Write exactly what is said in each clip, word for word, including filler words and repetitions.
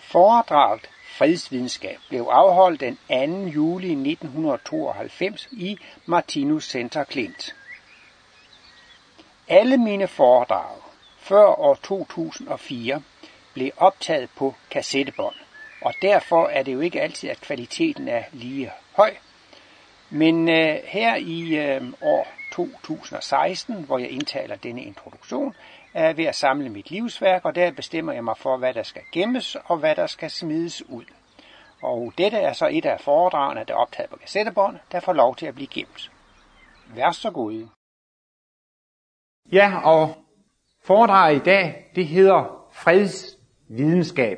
Foredraget Fredsvidenskab blev afholdt den anden juli nitten tooghalvfems i Martinus Center Klint. Alle mine foredrag før år to tusind og fire blev optaget på kassettebånd, og derfor er det jo ikke altid, at kvaliteten er lige høj. Men øh, her i øh, år to tusind og seksten, hvor jeg indtaler denne introduktion, er jeg ved at samle mit livsværk, og der bestemmer jeg mig for, hvad der skal gemmes og hvad der skal smides ud. Og dette er så et af foredragene, der er optaget på kassettebånd, der får lov til at blive gemt. Vær så god. Ja, og foredraget i dag, det hedder fredsvidenskab.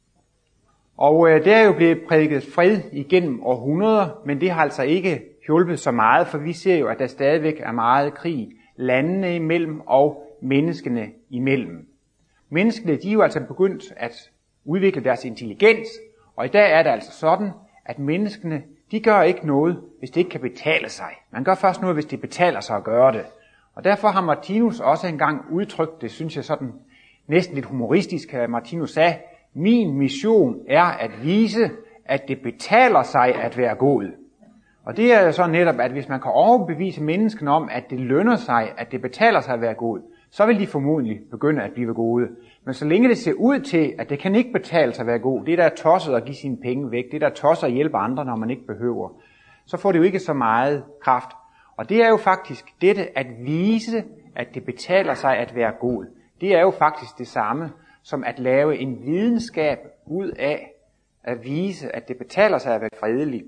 Og øh, det er jo blevet prædiket fred igennem århundreder, men det har altså ikke hjulpet så meget, for vi ser jo, at der stadigvæk er meget krig landene imellem og menneskene imellem. Menneskene, de er jo altså begyndt at udvikle deres intelligens, og i dag er det altså sådan, at menneskene, de gør ikke noget, hvis det ikke kan betale sig. Man gør først noget, hvis det betaler sig at gøre det. Og derfor har Martinus også engang udtrykt det, synes jeg sådan næsten lidt humoristisk. Martinus sagde, min mission er at vise, at det betaler sig at være god. Og det er så netop, at hvis man kan overbevise menneskene om, at det lønner sig, at det betaler sig at være god, så vil de formodentlig begynde at blive gode. Men så længe det ser ud til, at det kan ikke betale sig at være god, det der er tosset at give sine penge væk, det der er tosset at hjælpe andre, når man ikke behøver, så får det jo ikke så meget kraft. Og det er jo faktisk dette at vise, at det betaler sig at være god. Det er jo faktisk det samme som at lave en videnskab ud af at vise, at det betaler sig at være fredelig.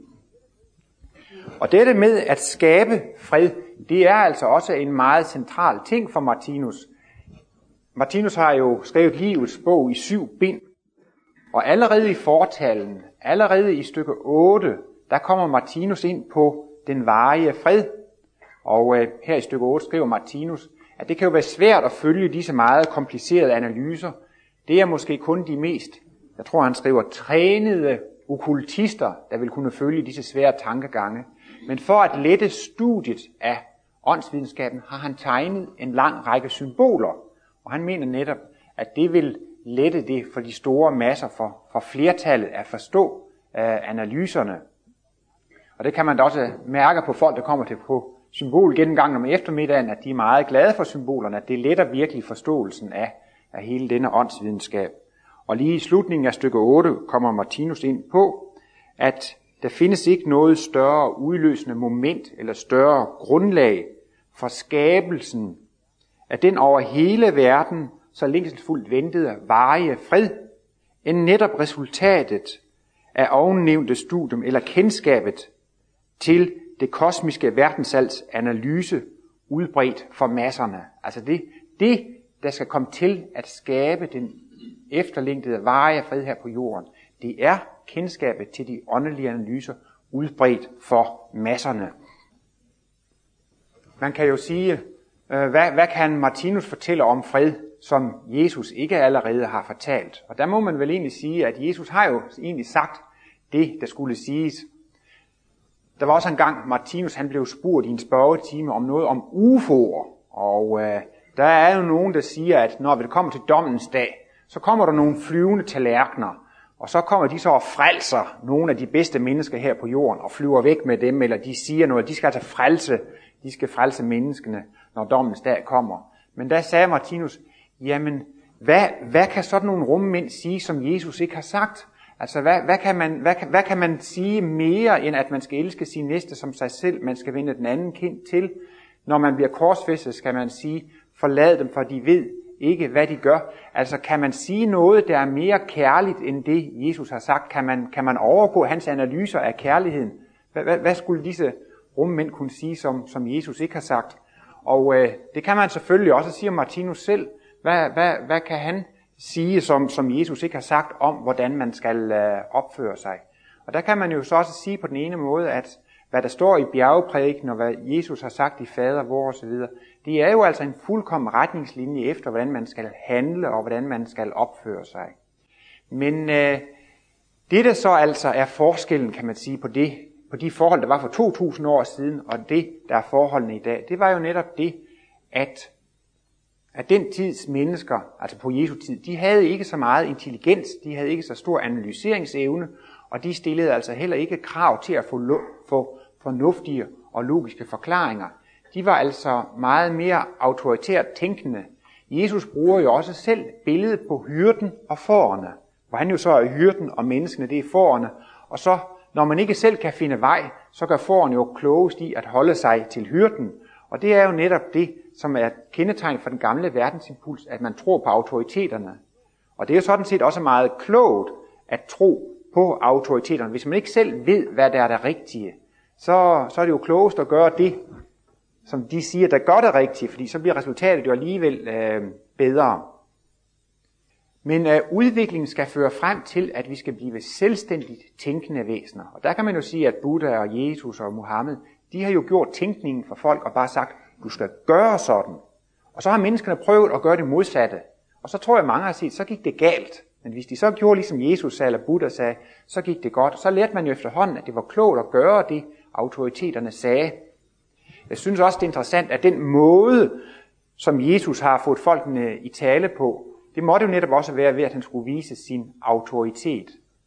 Og dette med at skabe fred, det er altså også en meget central ting for Martinus. Martinus har jo skrevet livets bog i syv bind, og allerede i fortalen, allerede i stykke otte, der kommer Martinus ind på den varige fred. Og øh, her i stykke otte skriver Martinus, at det kan jo være svært at følge disse meget komplicerede analyser. Det er måske kun de mest, jeg tror han skriver, trænede okkultister, der vil kunne følge disse svære tankegange. Men for at lette studiet af åndsvidenskaben, har han tegnet en lang række symboler. Og han mener netop, at det vil lette det for de store masser, for, for flertallet at forstå øh, analyserne. Og det kan man da også mærke på folk, der kommer til på symbolgennemgangen om eftermiddagen, at de er meget glade for symbolerne, at det letter virkelig forståelsen af, af hele denne åndsvidenskab. Og lige i slutningen af stykke otte kommer Martinus ind på, at der findes ikke noget større udløsende moment eller større grundlag for skabelsen af den over hele verden så længselsfuldt ventede varige fred, end netop resultatet af ovennævnte studium eller kendskabet til det kosmiske verdensalds analyse udbredt for masserne. Altså det, det, der skal komme til at skabe den efterlængtede varige fred her på jorden, det er kendskabet til de åndelige analyser udbredt for masserne. Man kan jo sige, øh, hvad, hvad kan Martinus fortælle om fred, som Jesus ikke allerede har fortalt? Og der må man vel egentlig sige, at Jesus har jo egentlig sagt det, der skulle siges. Der var også en gang, Martinus han blev spurgt i en spørgetime om noget om U F O'er. Og øh, der er jo nogen, der siger, at når vi kommer til dommens dag, så kommer der nogle flyvende tallerkener, og så kommer de så og frelser nogle af de bedste mennesker her på jorden, og flyver væk med dem, eller de siger noget, de skal altså frelse, de skal frelse menneskene, når dommens dag kommer. Men der sagde Martinus, jamen, hvad, hvad kan sådan nogle rummænd sige, som Jesus ikke har sagt? Altså, hvad, hvad, kan man, hvad, hvad kan man sige mere, end at man skal elske sin næste som sig selv, man skal vende den anden kind til? Når man bliver korsfæstet, skal man sige, forlad dem, for de ved ikke, hvad de gør. Altså, kan man sige noget, der er mere kærligt, end det, Jesus har sagt? Kan man, kan man overgå hans analyser af kærligheden? Hvad, hvad, hvad skulle disse rummænd kunne sige, som, som Jesus ikke har sagt? Og øh, det kan man selvfølgelig også, siger Martinus selv. Hvad, hvad, hvad kan han sige, som, som Jesus ikke har sagt om, hvordan man skal øh, opføre sig? Og der kan man jo så også sige på den ene måde, at hvad der står i bjergeprædiken, og hvad Jesus har sagt i Fader vor osv., det er jo altså en fuldkommen retningslinje efter, hvordan man skal handle og hvordan man skal opføre sig. Men øh, det der så altså er forskellen, kan man sige, på det, på de forhold, der var for to tusind år siden, og det, der er forholdene i dag, det var jo netop det, at at den tids mennesker, altså på Jesu tid, de havde ikke så meget intelligens, de havde ikke så stor analyseringsevne, og de stillede altså heller ikke krav til at få, lo- få fornuftige og logiske forklaringer. De var altså meget mere autoritært tænkende. Jesus bruger jo også selv billedet på hyrden og fårene, hvor han jo så er hyrden, og menneskene det er fårene. Og så, når man ikke selv kan finde vej, så gør fårene jo klogest i at holde sig til hyrden. Og det er jo netop det, som er kendetegn for den gamle verdensimpuls, at man tror på autoriteterne. Og det er jo sådan set også meget klogt at tro på autoriteterne. Hvis man ikke selv ved, hvad der er det rigtige, så, så er det jo klogest at gøre det, som de siger, der gør det rigtige, fordi så bliver resultatet jo alligevel øh, bedre. Men øh, udviklingen skal føre frem til, at vi skal blive selvstændigt tænkende væsener. Og der kan man jo sige, at Buddha og Jesus og Muhammed, de har jo gjort tænkningen for folk og bare sagt, du skal gøre sådan. Og så har menneskene prøvet at gøre det modsatte. Og så tror jeg, mange har set, så gik det galt. Men hvis de så gjorde, ligesom Jesus sagde, eller Buddha sagde, så gik det godt. Så lærte man jo efterhånden, at det var klogt at gøre det, autoriteterne sagde. Jeg synes også, det er interessant, at den måde, som Jesus har fået folkene i tale på, det måtte jo netop også være ved, at han skulle vise sin autoritet.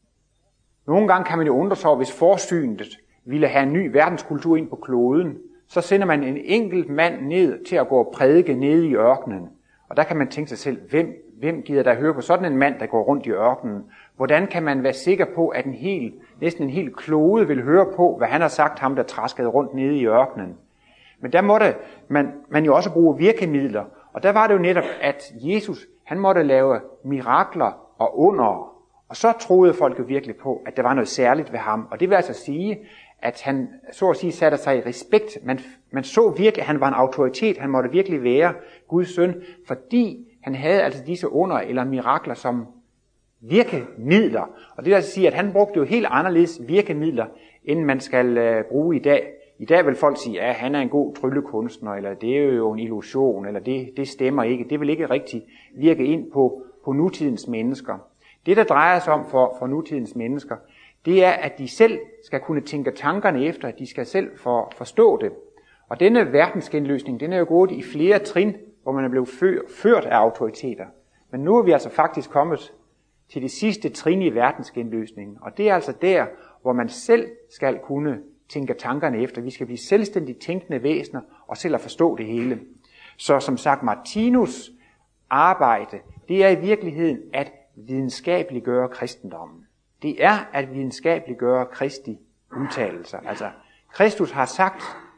Nogle gange kan man jo undre sig over, hvis forsynet ville have en ny verdenskultur ind på kloden, så sender man en enkelt mand ned til at gå og prædike nede i ørkenen. Og der kan man tænke sig selv, hvem, hvem gider der høre på sådan en mand, der går rundt i ørkenen? Hvordan kan man være sikker på, at en hel, næsten en hel klode vil høre på, hvad han har sagt ham, der traskede rundt nede i ørkenen? Men der måtte man, man jo også bruge virkemidler. Og der var det jo netop, at Jesus, han måtte lave mirakler og under. Og så troede folk jo virkelig på, at der var noget særligt ved ham. Og det vil altså sige, at han så at sige satte sig i respekt. Man, man så virkelig, at han var en autoritet. Han måtte virkelig være Guds søn, fordi han havde altså disse under eller mirakler som virkemidler. Og det vil altså sige, at han brugte jo helt anderledes virkemidler, end man skal uh, bruge i dag. I dag vil folk sige, at han er en god tryllekunstner, eller det er jo en illusion, eller det, det stemmer ikke. Det vil ikke rigtig virke ind på, på nutidens mennesker. Det, der drejer sig om for, for nutidens mennesker, det er, at de selv skal kunne tænke tankerne efter, at de skal selv for, forstå det. Og denne verdensgenløsning, den er jo gået i flere trin, hvor man er blevet før, ført af autoriteter. Men nu er vi altså faktisk kommet til det sidste trin i verdensgenløsningen. Og det er altså der, hvor man selv skal kunne tænke tankerne efter. Vi skal blive selvstændigt tænkende væsener og selv at forstå det hele. Så som sagt, Martinus arbejde, det er i virkeligheden at videnskabeliggøre kristendommen. Det er at videnskabeliggøre Kristi udtalelser. Altså, Kristus har sagt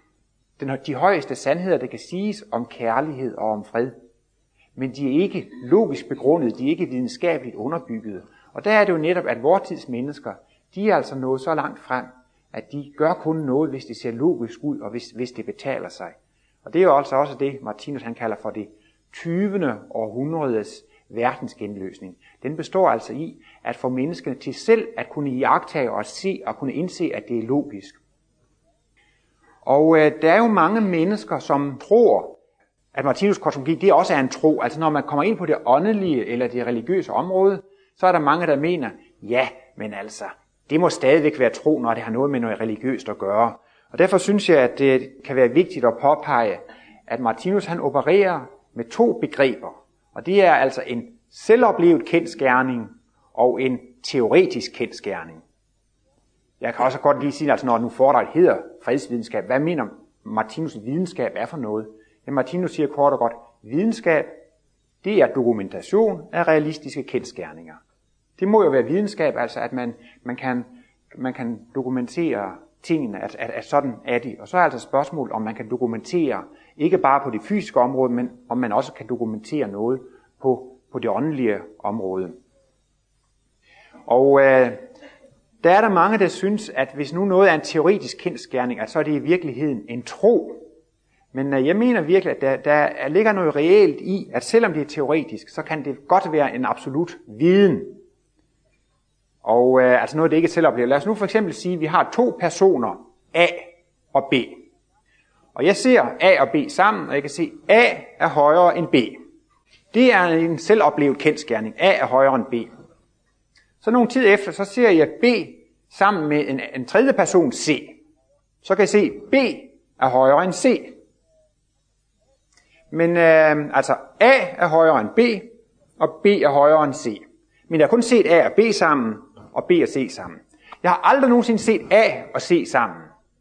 de højeste sandheder, der kan siges om kærlighed og om fred. Men de er ikke logisk begrundet, de er ikke videnskabeligt underbyggede. Og der er det jo netop, at vores tids mennesker, de er altså nået så langt frem, at de gør kun noget, hvis det ser logisk ud, og hvis, hvis det betaler sig. Og det er jo altså også det, Martinus han kalder for det tyvende århundredes verdensgenløsning. Den består altså i at få menneskene til selv at kunne iagttage og se og kunne indse, at det er logisk. Og øh, der er jo mange mennesker, som tror, at Martinus kosmologi, det også er en tro. Altså når man kommer ind på det åndelige eller det religiøse område, så er der mange, der mener, ja, men altså, det må stadigvæk være tro, når det har noget med noget religiøst at gøre. Og derfor synes jeg, at det kan være vigtigt at påpege, at Martinus han opererer med to begreber. Og det er altså en selvoplevet kendsgerning og en teoretisk kendsgerning. Jeg kan også godt lige sige, altså når nu foredraget hedder fredsvidenskab, hvad mener Martinus videnskab er for noget? Ja, Martinus siger kort og godt, videnskab, det er dokumentation af realistiske kendsgerninger. Det må jo være videnskab, altså at man, man, kan, man kan dokumentere tingene, at, at, at sådan er de. Og så er altså spørgsmål, om man kan dokumentere, ikke bare på det fysiske område, men om man også kan dokumentere noget på, på det åndelige område. Og øh, der er der mange, der synes, at hvis nu noget er en teoretisk kendsgerning, at så er det i virkeligheden en tro. Men øh, jeg mener virkelig, at der, der ligger noget reelt i, at selvom det er teoretisk, så kan det godt være en absolut viden. Og øh, altså noget, det ikke er selvoplevet. Lad os nu for eksempel sige, at vi har to personer, A og B. Og jeg ser A og B sammen, og jeg kan se, at A er højere end B. Det er en selvoplevet kendsgerning. A er højere end B. Så nogle tid efter, så ser jeg B sammen med en, en tredje person, C. Så kan jeg se, at B er højere end C. Men øh, altså A er højere end B, og B er højere end C. Men jeg har kun set A og B sammen, og B og C sammen. Jeg har aldrig nogensinde set A og C sammen.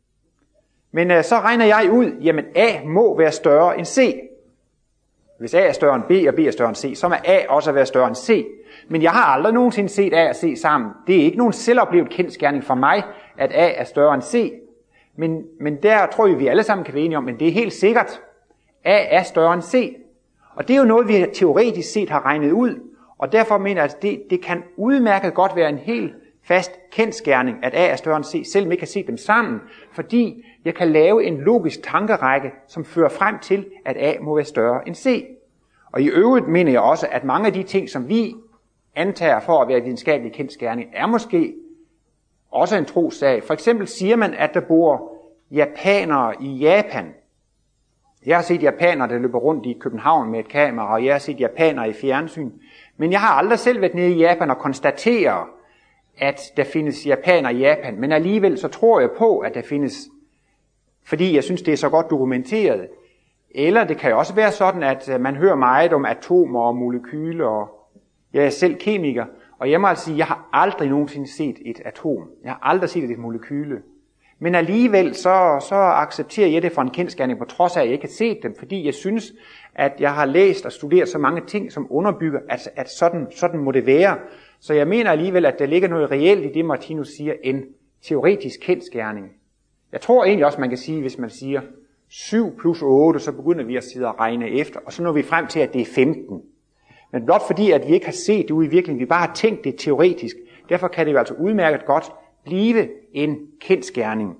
Men øh, så regner jeg ud, jamen A må være større end C. Hvis A er større end B, og B er større end C, så må A også være større end C. Men jeg har aldrig nogensinde set A og C sammen. Det er ikke nogen selvoplevet kendsgerning for mig, at A er større end C. Men, men der tror jeg, vi alle sammen kan være enige om, men det er helt sikkert, A er større end C. Og det er jo noget, vi teoretisk set har regnet ud, og derfor mener jeg, at det, det kan udmærket godt være en helt fast kendsgerning, at A er større end C, selvom jeg kan se dem sammen, fordi jeg kan lave en logisk tankerække, som fører frem til, at A må være større end C. Og i øvrigt mener jeg også, at mange af de ting, som vi antager for at være videnskabelig kendsgerning, er måske også en trossag. For eksempel siger man, at der bor japanere i Japan. Jeg har set japanere, der løber rundt i København med et kamera, og jeg har set japanere i fjernsyn. Men jeg har aldrig selv været nede i Japan og konstatere, at der findes japanere i Japan. Men alligevel så tror jeg på, at der findes, fordi jeg synes, det er så godt dokumenteret. Eller det kan jo også være sådan, at man hører meget om atomer og molekyler, og jeg er selv kemiker, og jeg må altså sige, at jeg har aldrig nogensinde set et atom. Jeg har aldrig set et molekyle. Men alligevel så, så accepterer jeg det for en kendsgerning, på trods af, at jeg ikke har set dem, fordi jeg synes, at jeg har læst og studeret så mange ting, som underbygger, at, at sådan, sådan må det være. Så jeg mener alligevel, at der ligger noget reelt i det, Martinus siger, en teoretisk kendsgerning. Jeg tror egentlig også, man kan sige, hvis man siger syv plus otte, så begynder vi at sidde og regne efter, og så når vi frem til, at det er femten. Men blot fordi, at vi ikke har set det ude i virkeligheden, vi bare har tænkt det teoretisk, derfor kan det jo altså udmærket godt blive en kendsgerning.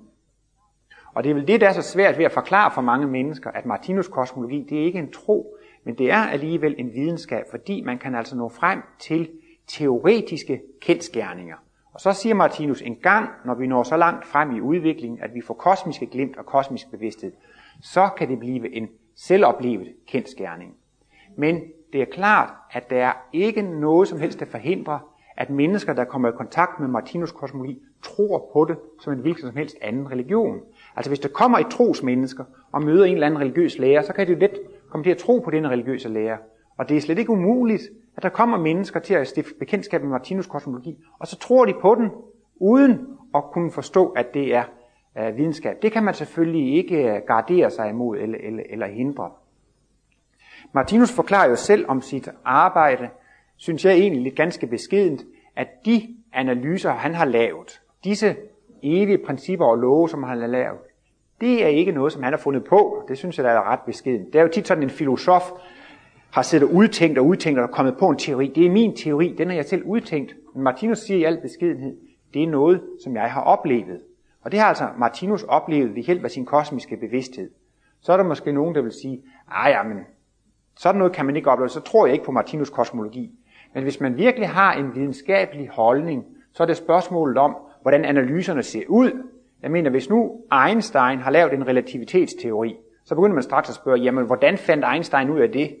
Og det er vel det, der er så svært ved at forklare for mange mennesker, at Martinus kosmologi, det er ikke en tro, men det er alligevel en videnskab, fordi man kan altså nå frem til teoretiske kendsgerninger. Og så siger Martinus, en gang, når vi når så langt frem i udviklingen, at vi får kosmiske glimt og kosmisk bevidsthed, så kan det blive en selvoplevet kendsgerning. Men det er klart, at der er ikke noget som helst, der forhindrer, at mennesker, der kommer i kontakt med Martinus kosmologi, tror på det som en hvilken som helst anden religion. Altså hvis der kommer et trosmennesker og møder en eller anden religiøs lærer, så kan det jo let komme til at tro på denne religiøse lærer. Og det er slet ikke umuligt, at der kommer mennesker til at stifte bekendtskab med Martinus kosmologi, og så tror de på den, uden at kunne forstå, at det er uh, videnskab. Det kan man selvfølgelig ikke gardere sig imod eller, eller, eller hindre. Martinus forklarer jo selv om sit arbejde, synes jeg egentlig lidt ganske beskedent, at de analyser, han har lavet, disse evige principper og love, som han har lavet, det er ikke noget, som han har fundet på. Det synes jeg, der er ret beskedent. Det er jo tit sådan, en filosof har siddet og udtænkt og udtænkt og kommet på en teori. Det er min teori, den har jeg selv udtænkt. Men Martinus siger i al beskedenhed, det er noget, som jeg har oplevet. Og det har altså Martinus oplevet ved hjælp af sin kosmiske bevidsthed. Så er der måske nogen, der vil sige, ah ja, men sådan noget kan man ikke opleve, så tror jeg ikke på Martinus kosmologi. Men hvis man virkelig har en videnskabelig holdning, så er det spørgsmålet om, hvordan analyserne ser ud. Jeg mener, hvis nu Einstein har lavet en relativitetsteori, så begynder man straks at spørge, jamen hvordan fandt Einstein ud af det?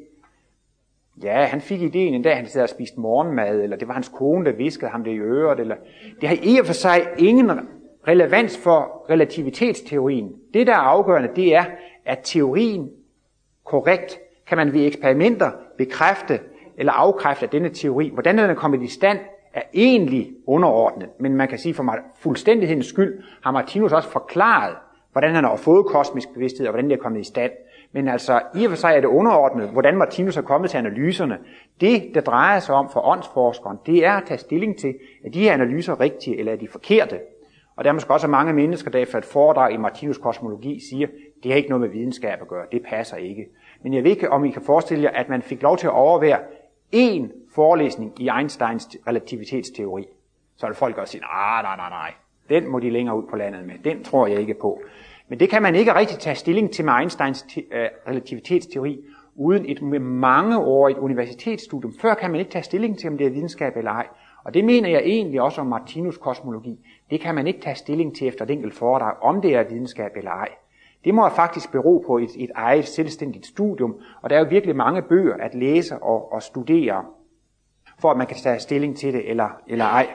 Ja, han fik ideen en dag, han sad og spiste morgenmad, eller det var hans kone, der viskede ham det i øret, eller det har i og for sig ingen relevans for relativitetsteorien. Det, der er afgørende, det er, at teorien korrekt kan man ved eksperimenter bekræfte eller afkræfte af denne teori. Hvordan den er kommet i stand, er egentlig underordnet. Men man kan sige, for fuldstændighedens skyld har Martinus også forklaret, hvordan han har fået kosmisk bevidsthed, og hvordan det er kommet i stand. Men altså, i og for sig er det underordnet, hvordan Martinus er kommet til analyserne. Det, der drejer sig om for åndsforskeren, det er at tage stilling til, at de her analyser rigtige, eller er de forkerte. Og der er måske også mange mennesker, der efter et foredrag i Martinus kosmologi siger, det har ikke noget med videnskab at gøre, det passer ikke. Men jeg ved ikke, om I kan forestille jer, at man fik lov til at overvære én forelæsning i Einsteins relativitetsteori. Så vil folk også sige, nej, nej, nej, nej, den må de længere ud på landet med, den tror jeg ikke på. Men det kan man ikke rigtig tage stilling til med Einsteins te- uh, relativitetsteori, uden et med mangeårigt universitetsstudium. Før kan man ikke tage stilling til, om det er videnskab eller ej. Og det mener jeg egentlig også om Martinus kosmologi. Det kan man ikke tage stilling til efter et enkelt foredrag, om det er videnskab eller ej. Det må faktisk bero på et, et eget selvstændigt studium, og der er jo virkelig mange bøger at læse og, og studere, for at man kan tage stilling til det eller, eller ej.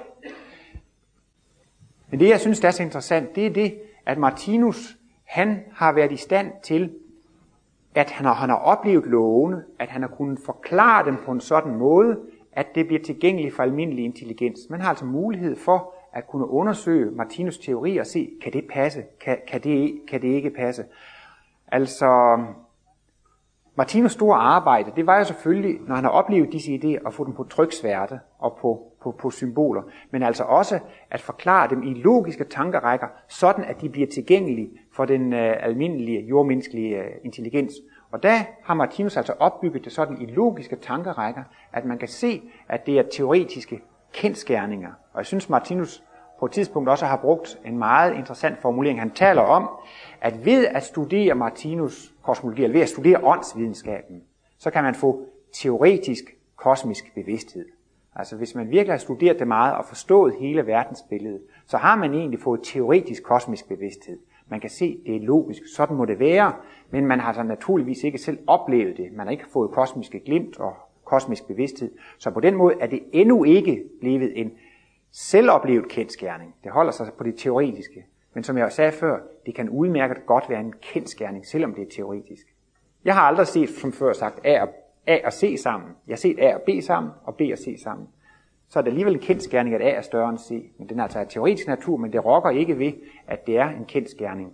Men det, jeg synes, der er så interessant, det er det, at Martinus, han har været i stand til at han har, han har oplevet lovene, at han har kunnet forklare dem på en sådan måde, at det bliver tilgængeligt for almindelig intelligens. Man har altså mulighed for at kunne undersøge Martinus' teori og se, kan det passe, kan, kan, det, kan det ikke passe. Altså, Martinus' store arbejde, det var jo selvfølgelig, når han har oplevet disse idéer, at få dem på tryksværte og på, på, på symboler, men altså også at forklare dem i logiske tankerækker, sådan at de bliver tilgængelige for den øh, almindelige jordmenneskelige øh, intelligens. Og der har Martinus altså opbygget det sådan i logiske tankerækker, at man kan se, at det er teoretiske kendsgerninger. Og jeg synes, Martinus på et tidspunkt også har brugt en meget interessant formulering. Han taler om, at ved at studere Martinus' kosmologi, eller ved at studere åndsvidenskaben, så kan man få teoretisk kosmisk bevidsthed. Altså hvis man virkelig har studeret det meget og forstået hele verdensbilledet, så har man egentlig fået teoretisk kosmisk bevidsthed. Man kan se, det er logisk, sådan må det være, men man har så naturligvis ikke selv oplevet det. Man har ikke fået kosmiske glimt og kosmisk bevidsthed. Så på den måde er det endnu ikke blevet en selvoplevet kendsgerning. Det holder sig på det teoretiske. Men som jeg sagde før, det kan udmærket godt være en kendsgerning, selvom det er teoretisk. Jeg har aldrig set, som før sagt, A og, A og C sammen. Jeg har set A og B sammen, og B og C sammen. Så er det alligevel en kendsgerning, at A er større end C. Men den er altså af teoretisk natur, men det rokker ikke ved, at det er en kendsgerning.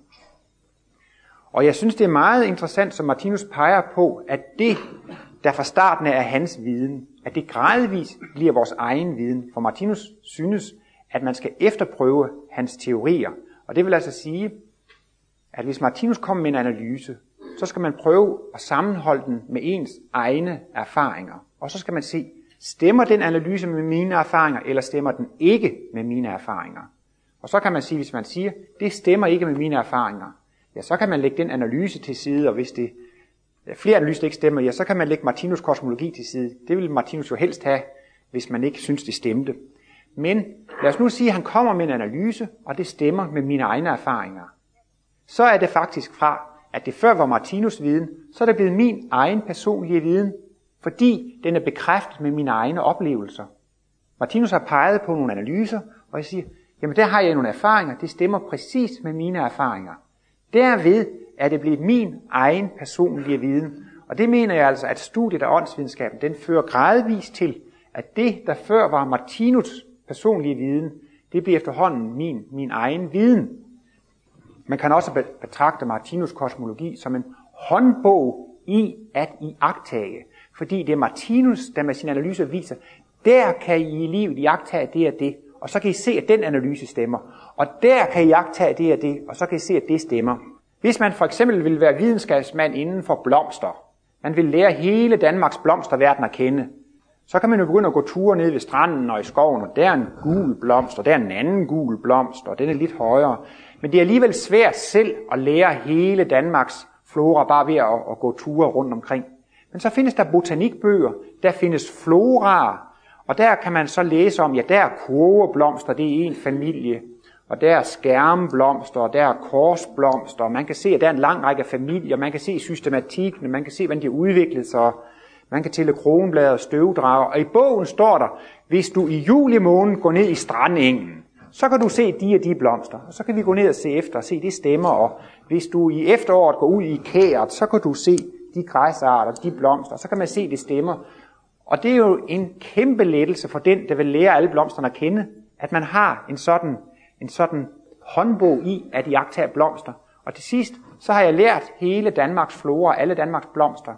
Og jeg synes, det er meget interessant, som Martinus peger på, at det, der fra starten er hans viden, at det gradvist bliver vores egen viden. For Martinus synes, at man skal efterprøve hans teorier. Og det vil altså sige, at hvis Martinus kommer med en analyse, så skal man prøve at sammenholde den med ens egne erfaringer. Og så skal man se, stemmer den analyse med mine erfaringer, eller stemmer den ikke med mine erfaringer? Og så kan man sige, hvis man siger, det stemmer ikke med mine erfaringer, ja, så kan man lægge den analyse til side, og hvis det flere analyser ikke stemmer, ja, så kan man lægge Martinus' kosmologi til side. Det vil Martinus jo helst have, hvis man ikke synes, det stemte. Men lad os nu sige, at han kommer med en analyse, og det stemmer med mine egne erfaringer. Så er det faktisk fra, at det før var Martinus' viden, så er det blevet min egen personlige viden, fordi den er bekræftet med mine egne oplevelser. Martinus har peget på nogle analyser, og jeg siger, jamen der har jeg nogle erfaringer, det stemmer præcis med mine erfaringer. Derved er det blevet min egen personlige viden. Og det mener jeg altså, at studiet af åndsvidenskaben, den fører gradvist til, at det, der før var Martinus' personlige viden, det bliver efterhånden min, min egen viden. Man kan også betragte Martinus' kosmologi som en håndbog i at iagttage. Fordi det er Martinus, der med sin analyse viser, der kan I i livet iagttage det og det, og så kan I se, at den analyse stemmer. Og der kan I iagttage det og det, og så kan I se, at det stemmer. Hvis man for eksempel vil være videnskabsmand inden for blomster, man vil lære hele Danmarks blomsterverden at kende, så kan man jo begynde at gå ture ned ved stranden og i skoven, og der er en gul blomst, og der er en anden gul blomst, og den er lidt højere. Men det er alligevel svært selv at lære hele Danmarks flora bare ved at, at gå ture rundt omkring. Men så findes der botanikbøger, der findes flora, og der kan man så læse om, ja, der er kurveblomster, det er en familie, og der er skærmblomster, og der er korsblomster, og man kan se, at der er en lang række familier, man kan se systematikken, man kan se, hvordan de har udviklet sig, man kan tælle kronblade og støvdrager, og i bogen står der, hvis du i juli måned går ned i strandengen, så kan du se de og de blomster, og så kan vi gå ned og se efter og se, det stemmer, og hvis du i efteråret går ud i kæret, så kan du se de græsarter, de blomster, og så kan man se, det stemmer. Og det er jo en kæmpe lettelse for den, der vil lære alle blomsterne at kende, at man har en sådan, en sådan håndbog i at iagttage blomster. Og til sidst, så har jeg lært hele Danmarks flora, alle Danmarks blomster.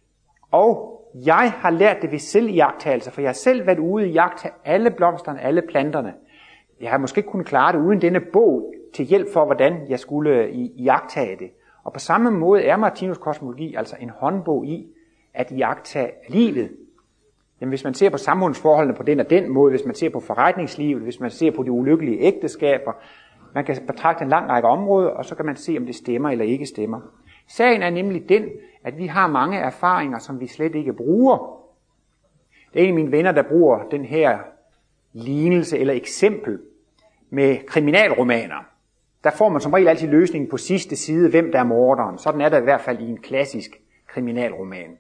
Og jeg har lært det ved selviagtagelse, for jeg har selv været ude i iagttage alle blomsterne, alle planterne. Jeg har måske ikke kunnet klare det uden denne bog til hjælp for, hvordan jeg skulle iagttage det. Og på samme måde er Martinus' kosmologi altså en håndbog i at iagttage livet. Jamen hvis man ser på samfundsforholdene på den og den måde, hvis man ser på forretningslivet, hvis man ser på de ulykkelige ægteskaber, man kan betragte en lang række områder, og så kan man se, om det stemmer eller ikke stemmer. Sagen er nemlig den, at vi har mange erfaringer, som vi slet ikke bruger. Det er en af mine venner, der bruger den her lignelse eller eksempel med kriminalromaner. Der får man som regel altid løsningen på sidste side, hvem der er morderen. Sådan er der i hvert fald i en klassisk kriminalroman.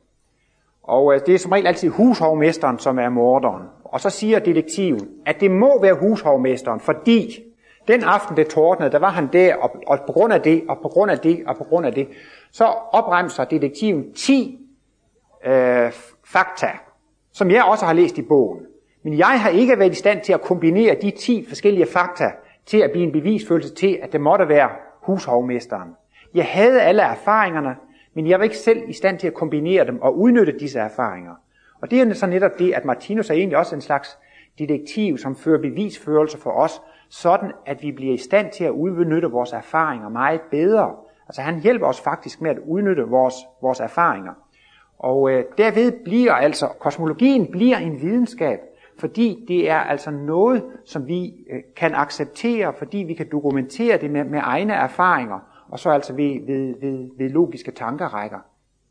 Og det er som regel altid hushovmesteren, som er morderen. Og så siger detektiven, at det må være hushovmesteren, fordi den aften det tordnede, der var han der, og, og på grund af det, og på grund af det, og på grund af det, så opremser detektiven ti øh, fakta, som jeg også har læst i bogen. Men jeg har ikke været i stand til at kombinere de ti forskellige fakta til at blive en bevisfølelse til, at det måtte være hushovmesteren. Jeg havde alle erfaringerne, men jeg var ikke selv i stand til at kombinere dem og udnytte disse erfaringer. Og det er så netop det, at Martinus er egentlig også en slags detektiv, som fører bevisførelse for os, sådan at vi bliver i stand til at udnytte vores erfaringer meget bedre. Altså han hjælper os faktisk med at udnytte vores, vores erfaringer. Og øh, derved bliver altså, kosmologien bliver en videnskab, fordi det er altså noget, som vi øh, kan acceptere, fordi vi kan dokumentere det med, med egne erfaringer, og så altså ved, ved, ved, ved logiske tankerækker.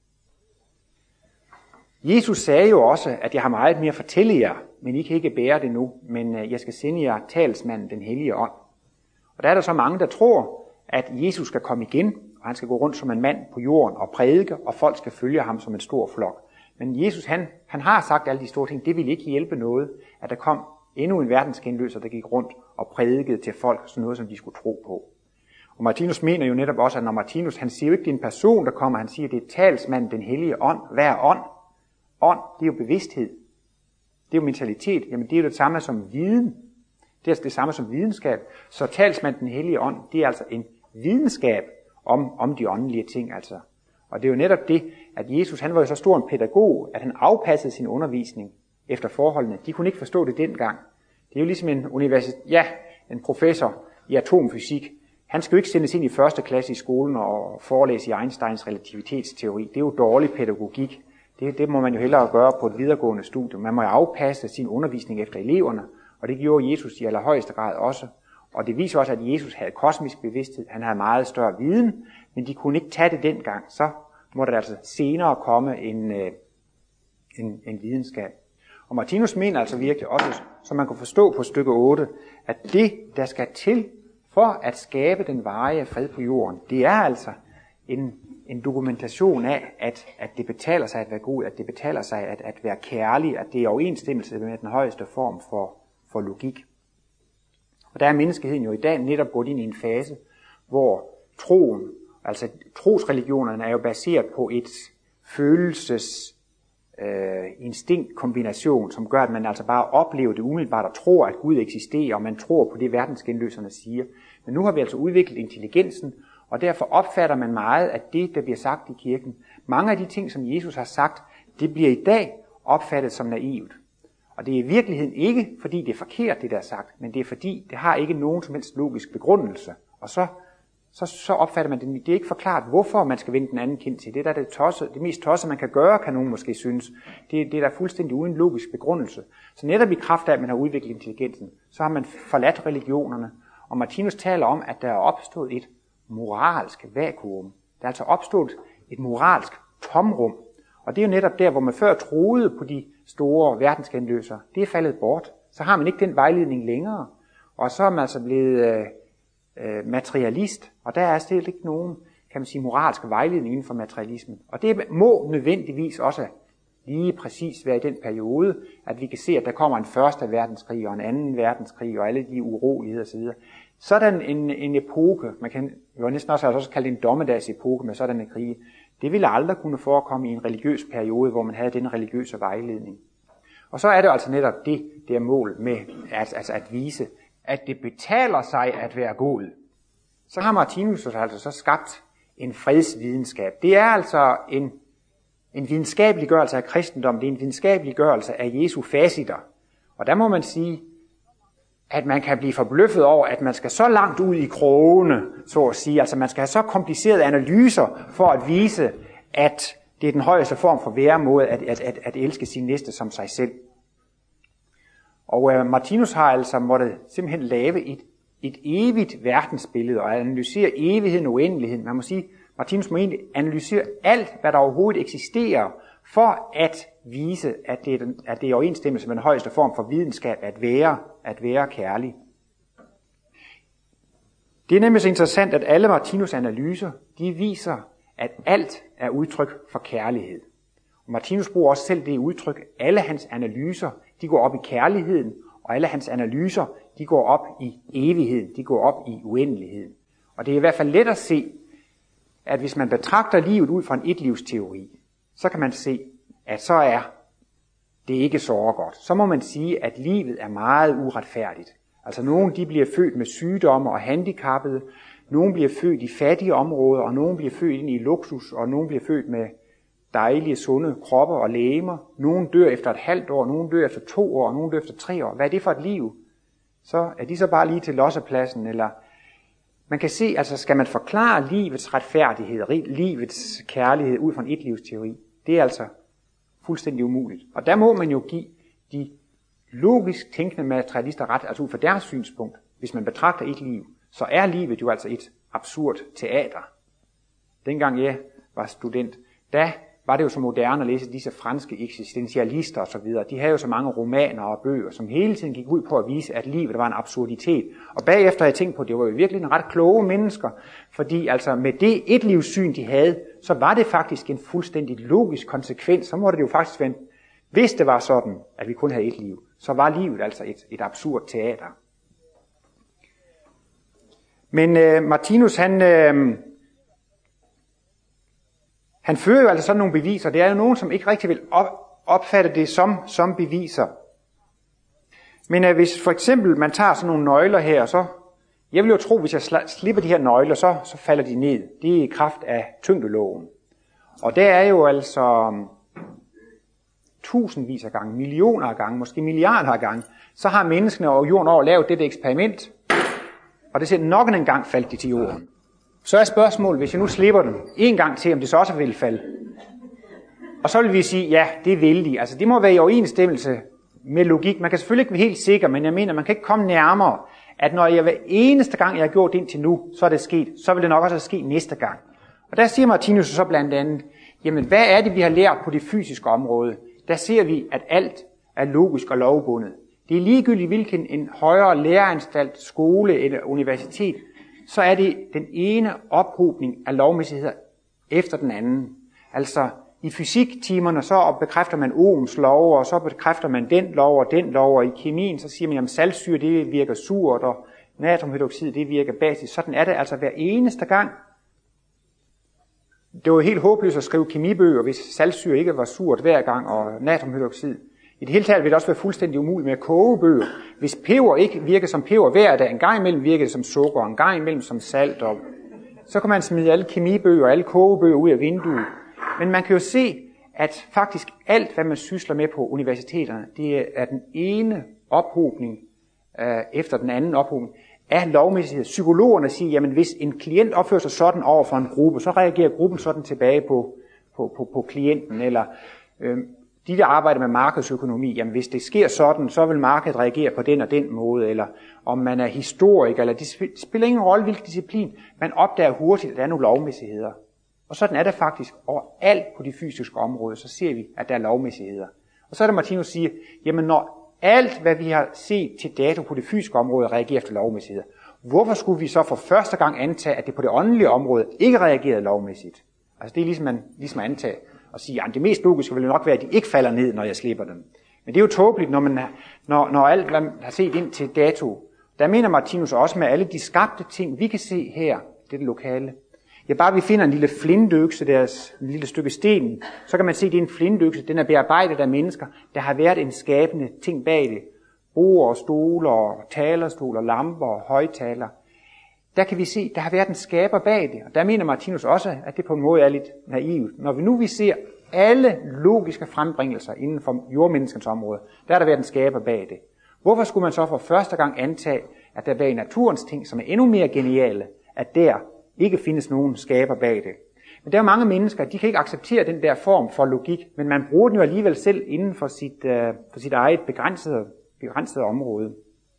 Jesus sagde jo også, at jeg har meget mere at fortælle jer, men I kan ikke bære det nu, men øh, jeg skal sende jer talsmanden, den hellige ånd. Og der er der så mange, der tror, at Jesus skal komme igen, og han skal gå rundt som en mand på jorden og prædike, og folk skal følge ham som en stor flok. Men Jesus, han, han har sagt alle de store ting, det ville ikke hjælpe noget, at der kom endnu en verdensgenløser, der gik rundt og prædikede til folk sådan noget, som de skulle tro på. Og Martinus mener jo netop også, at når Martinus, han siger jo ikke, det er en person, der kommer, han siger, det er talsmanden, den hellige ånd. Hvad er ånd? Ånd, det er jo bevidsthed. Det er jo mentalitet. Jamen, det er jo det samme som viden. Det er altså det samme som videnskab. Så talsmanden, den hellige ånd, det er altså en videnskab om, om de åndelige ting, altså. Og det er jo netop det, at Jesus, han var jo så stor en pædagog, at han afpassede sin undervisning efter forholdene. De kunne ikke forstå det dengang. Det er jo ligesom en universitet, ja, en professor i atomfysik. Han skal jo ikke sendes ind i første klasse i skolen og forelæse i Einsteins relativitetsteori. Det er jo dårlig pædagogik. Det, det må man jo hellere gøre på et videregående studie. Man må jo afpasse sin undervisning efter eleverne, og det gjorde Jesus i allerhøjeste grad også. Og det viser også, at Jesus havde kosmisk bevidsthed. Han havde meget større viden, men de kunne ikke tage det dengang. Så må der altså senere komme en, en, en videnskab. Og Martinus mener altså virkelig også, som man kan forstå på stykke otte, at det, der skal til for at skabe den varige fred på jorden, det er altså en, en dokumentation af, at, at det betaler sig at være god, at det betaler sig at, at være kærlig, at det er i overensstemmelse med den højeste form for, for logik. Og der er menneskeheden jo i dag netop gået ind i en fase, hvor troen, altså trosreligionerne er jo baseret på et følelses øh, instinktkombination, som gør, at man altså bare oplever det umiddelbart og tror, at Gud eksisterer, og man tror på det, verdensgenløserne siger. Men nu har vi altså udviklet intelligensen, og derfor opfatter man meget af det, der bliver sagt i kirken. Mange af de ting, som Jesus har sagt, det bliver i dag opfattet som naivt. Og det er i virkeligheden ikke, fordi det er forkert, det der er sagt, men det er fordi, det har ikke nogen som helst logisk begrundelse. Og så, så, så opfatter man det. Det er ikke forklaret, hvorfor man skal vende den anden kind til. Det der er det, tosse, det mest tosse, man kan gøre, kan nogen måske synes. Det, det er der fuldstændig uden logisk begrundelse. Så netop i kraft af, at man har udviklet intelligensen, så har man forladt religionerne. Og Martinus taler om, at der er opstået et moralsk vakuum. Der er altså opstået et moralsk tomrum. Og det er jo netop der, hvor man før troede på de store verdensgenløser. Det er faldet bort. Så har man ikke den vejledning længere. Og så er man altså blevet øh, materialist. Og der er slet ikke nogen, kan man sige, moralsk vejledning inden for materialismen. Og det må nødvendigvis også lige præcis være i den periode, at vi kan se, at der kommer en første verdenskrig og en anden verdenskrig og alle de uroligheder osv. Sådan en, en epoke, man kan jo næsten også, også kalde det en dommedagsepoke med sådan en krig, det ville aldrig kunne forekomme i en religiøs periode, hvor man havde den religiøse vejledning. Og så er det altså netop det, der mål med at, altså at vise, at det betaler sig at være god. Så har Martinus altså så skabt en fredsvidenskab. Det er altså en, en videnskabeliggørelse af kristendom, det er en videnskabeliggørelse af Jesu facitter. Og der må man sige, at man kan blive forbløffet over, at man skal så langt ud i krogene, så at sige. Altså man skal have så komplicerede analyser for at vise, at det er den højeste form for væremåde at, at, at, at elske sin næste som sig selv. Og uh, Martinus har altså måttet simpelthen lave et, et evigt verdensbillede og analysere evigheden og uendeligheden. Man må sige, Martinus må egentlig analysere alt, hvad der overhovedet eksisterer, for at vise, at det er, den, at det er i overensstemmelse med den højeste form for videnskab at være, at være kærlig. Det er nemlig så interessant, at alle Martinus' analyser, de viser, at alt er udtryk for kærlighed. Og Martinus bruger også selv det udtryk. Alle hans analyser, de går op i kærligheden, og alle hans analyser, de går op i evigheden, de går op i uendeligheden. Og det er i hvert fald let at se, at hvis man betragter livet ud fra en etlivsteori, så kan man se, at så er det ikke så godt. Så må man sige, at livet er meget uretfærdigt. Altså nogle de bliver født med sygdomme og handicappede, nogle bliver født i fattige områder, og nogle bliver født ind i luksus, og nogle bliver født med dejlige, sunde kropper og legemer. Nogle dør efter et halvt år, nogle dør efter to år, og nogle dør efter tre år. Hvad er det for et liv? Så er de så bare lige til lossepladsen, eller man kan se, altså skal man forklare livets retfærdighed, livets kærlighed ud fra en etlivsteori, det er altså fuldstændig umuligt. Og der må man jo give de logisk tænkende materialister ret, altså ud fra deres synspunkt. Hvis man betragter et liv, så er livet jo altså et absurd teater. Dengang jeg var student, da var det jo så moderne at læse disse franske eksistentialister og så videre. De havde jo så mange romaner og bøger, som hele tiden gik ud på at vise, at livet var en absurditet. Og bagefter har jeg tænkt på, at det var jo virkelig en ret kloge mennesker, fordi altså med det et livssyn, de havde, så var det faktisk en fuldstændig logisk konsekvens. Så må det jo faktisk være, hvis det var sådan, at vi kun havde et liv, så var livet altså et, et absurd teater. Men øh, Martinus, han... Øh, Han fører jo altså sådan nogle beviser. Det er jo nogen, som ikke rigtig vil opfatte det som, som beviser. Men uh, hvis for eksempel man tager sådan nogle nøgler her, så jeg vil jo tro, hvis jeg slipper de her nøgler, så, så falder de ned. Det er i kraft af tyngdeloven. Og der er jo altså tusindvis af gange, millioner af gange, måske milliarder af gange, så har menneskene over jorden over lavet dette eksperiment, og det ser nok en gang faldt de til jorden. Så er spørgsmålet, hvis jeg nu slipper dem en gang til, om det så også vil falde. Og så vil vi sige, ja, det vil de. Altså det må være i overensstemmelse med logik. Man kan selvfølgelig ikke være helt sikker, men jeg mener, man kan ikke komme nærmere, at når jeg hver eneste gang, jeg har gjort det indtil nu, så er det sket, så vil det nok også ske næste gang. Og der siger Martinus så blandt andet, jamen hvad er det, vi har lært på det fysiske område? Der ser vi, at alt er logisk og lovbundet. Det er ligegyldigt, hvilken en højere læreanstalt, skole eller universitet, så er det den ene ophobning af lovmæssigheder efter den anden. Altså i fysiktimerne, så bekræfter man Ohms lov, og så bekræfter man den lov og den lov, og i kemien, så siger man, at saltsyre det virker surt, og natriumhydroxid det virker basisk. Sådan er det altså hver eneste gang. Det var helt håbløst at skrive kemibøger, hvis saltsyre ikke var surt hver gang, og natriumhydroxid. I det hele taget vil det også være fuldstændig umuligt med at koge bøger. Hvis peber ikke virker som peber hver dag, en gang imellem virker det som sukker, en gang imellem som salt, og så kan man smide alle kemibøger og alle kogebøger ud af vinduet. Men man kan jo se, at faktisk alt, hvad man sysler med på universiteterne, det er den ene ophobning øh, efter den anden ophobning af lovmæssighed. Psykologerne siger, jamen hvis en klient opfører sig sådan over for en gruppe, så reagerer gruppen sådan tilbage på, på, på, på klienten, eller øh, de, der arbejder med markedsøkonomi, jamen hvis det sker sådan, så vil markedet reagere på den og den måde, eller om man er historiker, eller det spiller ingen rolle, hvilken disciplin. Man opdager hurtigt, at der er nogle lovmæssigheder. Og sådan er det faktisk overalt på de fysiske områder, så ser vi, at der er lovmæssigheder. Og så er det Martinus siger, jamen når alt, hvad vi har set til dato på det fysiske område, reagerer efter lovmæssigheder, hvorfor skulle vi så for første gang antage, at det på det åndelige område ikke reagerede lovmæssigt? Altså det er ligesom, man, ligesom at antage og sige, at det mest logiske vil nok være, at de ikke falder ned, når jeg slipper dem. Men det er jo tåbeligt, når, man, når, når alt, hvad man har set ind til dato, der mener Martinus også med alle de skabte ting, vi kan se her, det lokale. Ja, bare vi finder en lille flintøkse, deres en lille stykke sten, så kan man se, at det er en flintøkse, den er bearbejdet af mennesker. Der har været en skabende ting bag det. Bord og stoler, talerstoler, lamper og højtaler. Der kan vi se, der har været en skaber bag det. Og der mener Martinus også, at det på en måde er lidt naivt. Når vi nu vi ser alle logiske frembringelser inden for jordmenneskens område, der har der været en skaber bag det. Hvorfor skulle man så for første gang antage, at der bag naturens ting, som er endnu mere geniale, at der ikke findes nogen skaber bag det? Men der er mange mennesker, de kan ikke acceptere den der form for logik, men man bruger den jo alligevel selv inden for sit, uh, for sit eget begrænsede, begrænsede område.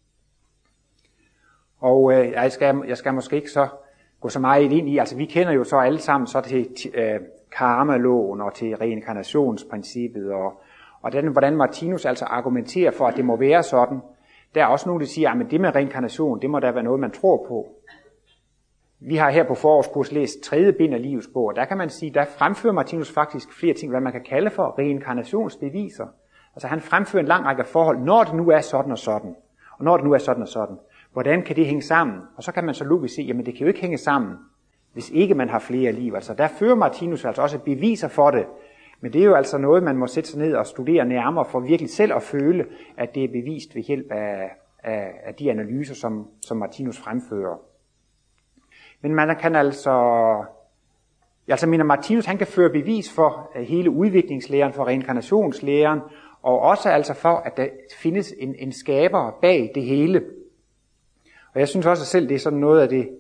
Og uh, jeg, skal, jeg skal måske ikke så gå så meget ind i, altså vi kender jo så alle sammen så til uh, karma-loven og til reinkarnationsprincippet, og, og den, hvordan Martinus altså argumenterer for, at det må være sådan. Der er også nogen, der siger, at det med reinkarnation, det må da være noget, man tror på. Vi har her på forårskurs læst tredje bind af livets bog, og der kan man sige, der fremfører Martinus faktisk flere ting, hvad man kan kalde for reinkarnationsbeviser. Altså han fremfører en lang række forhold, når det nu er sådan og sådan, og når det nu er sådan og sådan, hvordan kan det hænge sammen? Og så kan man så logisk se, jamen det kan jo ikke hænge sammen. hvis ikke man har flere liv. Altså der fører Martinus altså også beviser for det, men det er jo altså noget, man må sætte sig ned og studere nærmere, for virkelig selv at føle, at det er bevist ved hjælp af, af, af de analyser, som, som Martinus fremfører. Men man kan altså, altså mener Martinus, han kan føre bevis for hele udviklingslæren, for reinkarnationslæren, og også altså for, at der findes en, en skaber bag det hele. Og jeg synes også selv, det er sådan noget af det,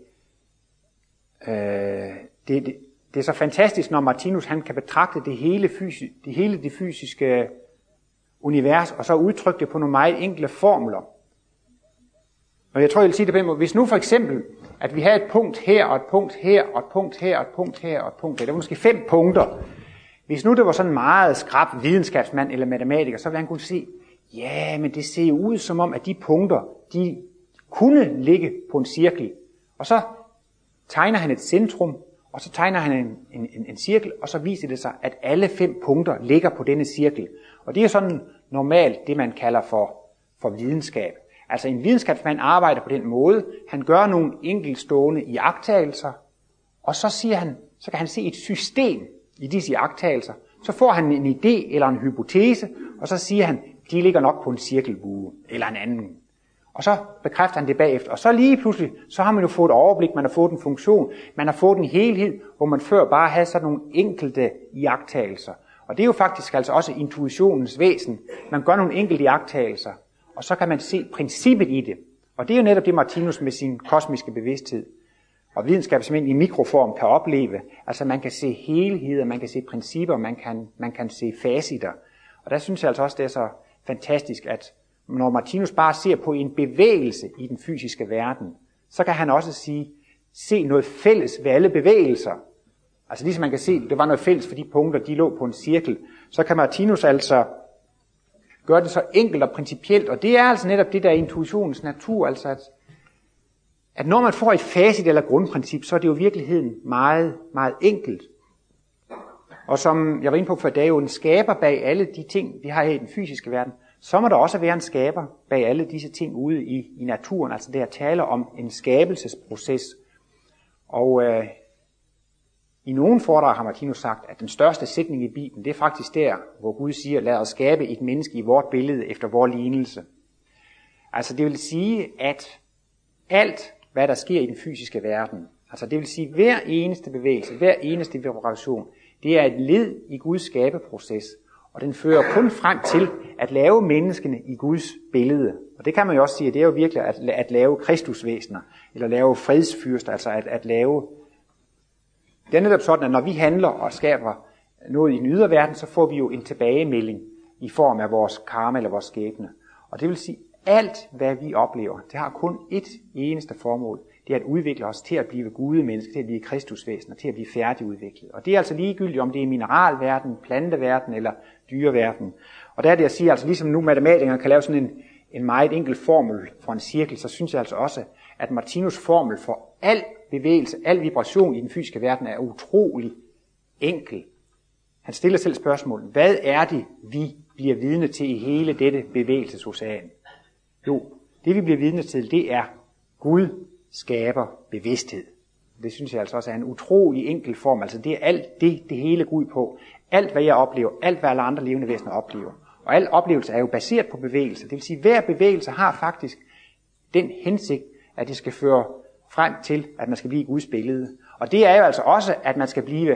øh, det, det, det er så fantastisk, når Martinus han kan betragte det hele, fysi, det hele det fysiske univers, og så udtrykke det på nogle meget enkle formler. Og jeg tror, jeg vil sige det på en måde. Hvis nu for eksempel, at vi har et punkt her, og et punkt her, og et punkt her, og et punkt her, og et punkt her, der var måske fem punkter. Hvis nu det var sådan en meget skrap videnskabsmand eller matematiker, så ville han kunne se, ja, men det ser ud som om, at de punkter, de kunne ligge på en cirkel. Og så tegner han et centrum, og så tegner han en, en, en, en cirkel, og så viser det sig, at alle fem punkter ligger på denne cirkel. Og det er sådan normalt det, man kalder for, for videnskab. Altså en videnskabsmand arbejder på den måde, han gør nogle enkeltstående iagttagelser, og så siger han, så kan han se et system i disse iagttagelser. Så får han en idé eller en hypotese, og så siger han, de ligger nok på en cirkelbue eller en anden. Og så bekræfter han det bagefter. Og så lige pludselig, så har man jo fået et overblik, man har fået en funktion, man har fået en helhed, hvor man før bare havde sådan nogle enkelte iagttagelser. Og det er jo faktisk altså også intuitionens væsen. Man gør nogle enkelte iagttagelser, og så kan man se princippet i det. Og det er jo netop det, Martinus med sin kosmiske bevidsthed og videnskabsmænd i mikroform kan opleve. Altså man kan se helheder, man kan se principper, man kan, man kan se facitter. Og der synes jeg altså også, det er så fantastisk, at når Martinus bare ser på en bevægelse i den fysiske verden, så kan han også sige, se noget fælles ved alle bevægelser. Altså ligesom man kan se, det var noget fælles for de punkter, de lå på en cirkel, så kan Martinus altså gøre det så enkelt og principielt, og det er altså netop det der intuitionens natur, altså at, at når man får et facit eller grundprincip, så er det jo i virkeligheden meget, meget enkelt. Og som jeg var inde på før, der er jo en skaber bag alle de ting, vi har her i den fysiske verden, så må der også være en skaber bag alle disse ting ude i, i naturen, altså det at tale om en skabelsesproces. Og øh, i nogle foredrag har Martinus sagt, at den største sætning i Bibelen, det er faktisk der, hvor Gud siger, lad os skabe et menneske i vort billede efter vor lignelse. Altså det vil sige, at alt, hvad der sker i den fysiske verden, altså det vil sige, hver eneste bevægelse, hver eneste vibration, det er et led i Guds skabeproces. Og den fører kun frem til at lave menneskene i Guds billede. Og det kan man jo også sige, det er jo virkelig at, at lave kristusvæsener, eller lave fredsfyrster, altså at, at lave. Det er netop sådan, at når vi handler og skaber noget i den ydre verden, så får vi jo en tilbagemelding i form af vores karma eller vores skæbne. Og det vil sige, alt hvad vi oplever, det har kun ét eneste formål. Det er at udvikle os til at blive gudemennesker, til at blive kristusvæsener, til at blive færdigudviklet. Og det er altså ligegyldigt, om det er mineralverden, planteverden eller dyreverden. Og der er det at sige, altså ligesom nu matematikere kan lave sådan en, en meget enkel formel for en cirkel, så synes jeg altså også, at Martinus formel for al bevægelse, al vibration i den fysiske verden er utrolig enkel. Han stiller selv spørgsmålet, hvad er det, vi bliver vidne til i hele dette bevægelsesocean? Jo, det vi bliver vidne til, det er Gud skaber bevidsthed. Det synes jeg altså også er en utrolig enkel form. Altså det er alt det, det hele går ud på. Alt hvad jeg oplever, alt hvad alle andre levende væsener oplever. Og al oplevelse er jo baseret på bevægelse. Det vil sige, at hver bevægelse har faktisk den hensigt, at det skal føre frem til, at man skal blive Guds billede. Og det er jo altså også, at man skal blive,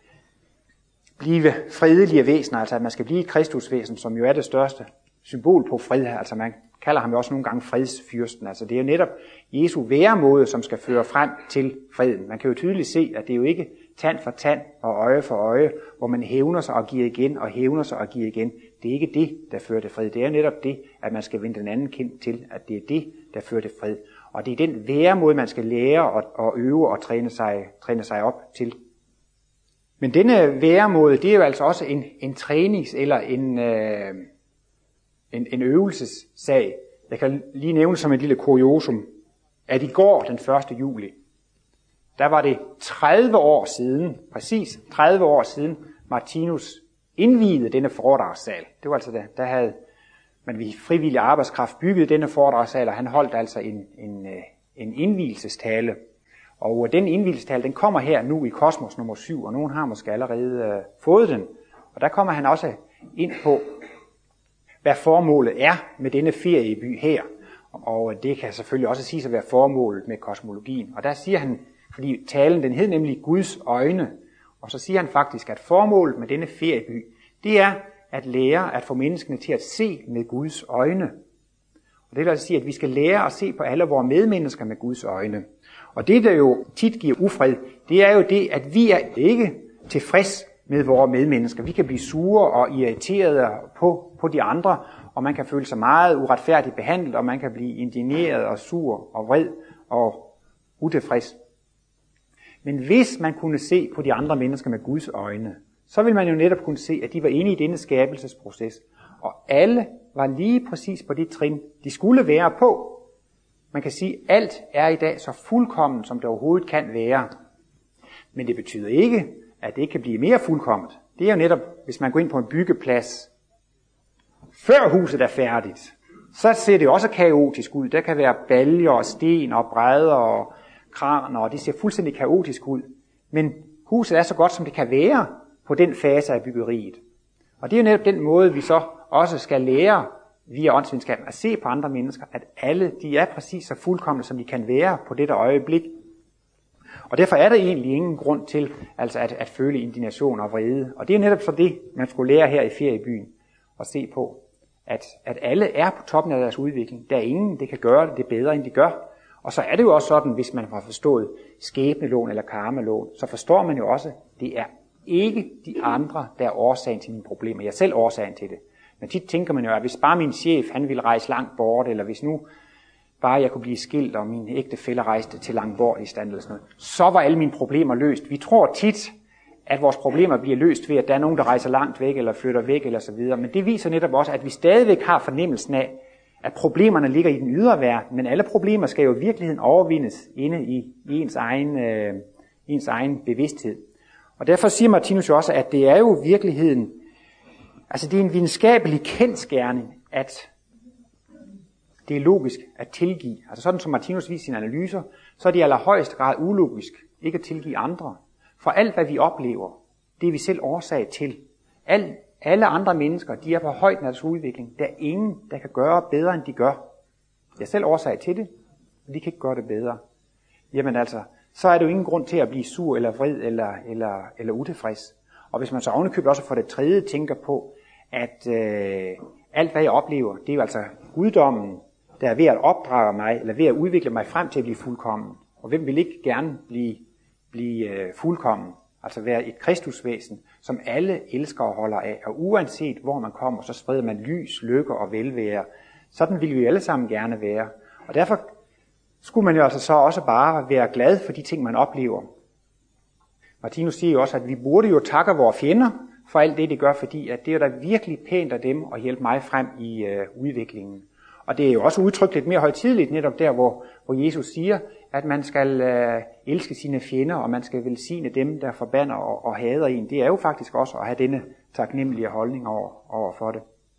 blive fredelige væsener, altså at man skal blive et kristusvæsen, som jo er det største symbol på fred. Altså man kalder ham jo også nogle gange fredsfyrsten. Altså det er jo netop Jesu væremåde, som skal føre frem til freden. Man kan jo tydeligt se, at det er jo ikke tand for tand og øje for øje, hvor man hævner sig og giver igen og hævner sig og giver igen. Det er ikke det, der fører til fred. Det er netop det, at man skal vende den anden kind til, at det er det, der fører til fred. Og det er den væremåde, man skal lære og, og øve og træne sig, træne sig op til. Men denne væremåde, det er jo altså også en, en trænings- eller en, øh, en, en øvelsessag. Jeg kan lige nævne som et lille kuriosum, at i går den første juli, der var det tredive år siden, præcis tredive år siden, Martinus indviede denne foredragssal. Det var altså der, der havde man ved frivillig arbejdskraft bygget denne foredragssal, og han holdt altså en, en, en indvielsestale. Og den indvielsestal, den kommer her nu i Kosmos nummer syv, og nogen har måske allerede øh, fået den. Og der kommer han også ind på, hvad formålet er med denne ferieby her. Og det kan selvfølgelig også siges at være formålet med kosmologien. Og der siger han, fordi talen den hed nemlig Guds øjne, og så siger han faktisk, at formålet med denne ferieby, det er at lære at få menneskene til at se med Guds øjne. Og det vil altså sige, at vi skal lære at se på alle vores medmennesker med Guds øjne. Og det, der jo tit giver ufred, det er jo det, at vi er ikke tilfreds med vores medmennesker. Vi kan blive sure og irriterede på, på de andre, og man kan føle sig meget uretfærdigt behandlet, og man kan blive indigneret og sur og vred og utilfreds. Men hvis man kunne se på de andre mennesker med Guds øjne, så vil man jo netop kunne se, at de var inde i denne skabelsesproces, og alle var lige præcis på det trin, de skulle være på. Man kan sige, at alt er i dag så fuldkommen, som det overhovedet kan være. Men det betyder ikke, at det ikke kan blive mere fuldkomment. Det er jo netop, hvis man går ind på en byggeplads, før huset er færdigt, så ser det også kaotisk ud. Der kan være baljer og sten og brædder og kraner, og det ser fuldstændig kaotisk ud. Men huset er så godt, som det kan være på den fase af byggeriet. Og det er jo netop den måde, vi så også skal lære via åndsvidenskaben at se på andre mennesker, at alle de er præcis så fuldkomne, som de kan være på dette øjeblik. Og derfor er der egentlig ingen grund til altså at, at føle indignation og vrede. Og det er netop så det, man skulle lære her i feriebyen, at se på, at, at alle er på toppen af deres udvikling. Der er ingen, der kan gøre det, det bedre, end de gør. Og så er det jo også sådan, hvis man har forstået skæbneloven eller karmeloven, så forstår man jo også, at det er ikke de andre, der er årsagen til mine problemer. Jeg er selv årsagen til det. Men tit tænker man jo, at hvis bare min chef, han ville rejse langt bort, eller hvis nu bare jeg kunne blive skilt, og min ægtefælle rejste til langt bort i stand, eller sådan noget, så var alle mine problemer løst. Vi tror tit, at vores problemer bliver løst ved, at der er nogen, der rejser langt væk, eller flytter væk, eller så videre. Men det viser netop også, at vi stadigvæk har fornemmelsen af, at problemerne ligger i den ydre verden, men alle problemer skal jo i virkeligheden overvindes inde i, i ens, egen, øh, ens egen bevidsthed. Og derfor siger Martinus jo også, at det er jo i virkeligheden, altså det er en videnskabelig kendsgerning, at det er logisk at tilgive. Altså sådan som Martinus viser sine analyser, så er det i allerhøjeste grad ulogisk ikke at tilgive andre. For alt hvad vi oplever, det er vi selv årsag til. Al, alle andre mennesker, de er på højden af deres udvikling. Der er ingen, der kan gøre bedre, end de gør. Jeg er selv årsag til det, og de kan ikke gøre det bedre. Jamen altså, så er det jo ingen grund til at blive sur eller vred eller, eller, eller utilfreds. Og hvis man så ovenikøbet også for det tredje tænker på, at øh, alt hvad jeg oplever, det er jo altså guddommen, der er ved at opdrage mig, eller ved at udvikle mig frem til at blive fuldkommen. Og hvem vil ikke gerne blive, blive øh, fuldkommen? Altså være et kristusvæsen, som alle elsker og holder af. Og uanset hvor man kommer, så spreder man lys, lykke og velvære. Sådan vil vi alle sammen gerne være. Og derfor skulle man jo altså så også bare være glad for de ting, man oplever. Martinus siger jo også, at vi burde jo takke vores fjender for alt det, de gør, fordi at det er da virkelig pænt af dem at hjælpe mig frem i øh, udviklingen. Og det er jo også udtrykt lidt mere højtideligt, netop der, hvor, hvor Jesus siger, at man skal øh, elske sine fjender, og man skal velsigne dem, der forbander og, og hader en. Det er jo faktisk også at have denne taknemmelige holdning over, over for det.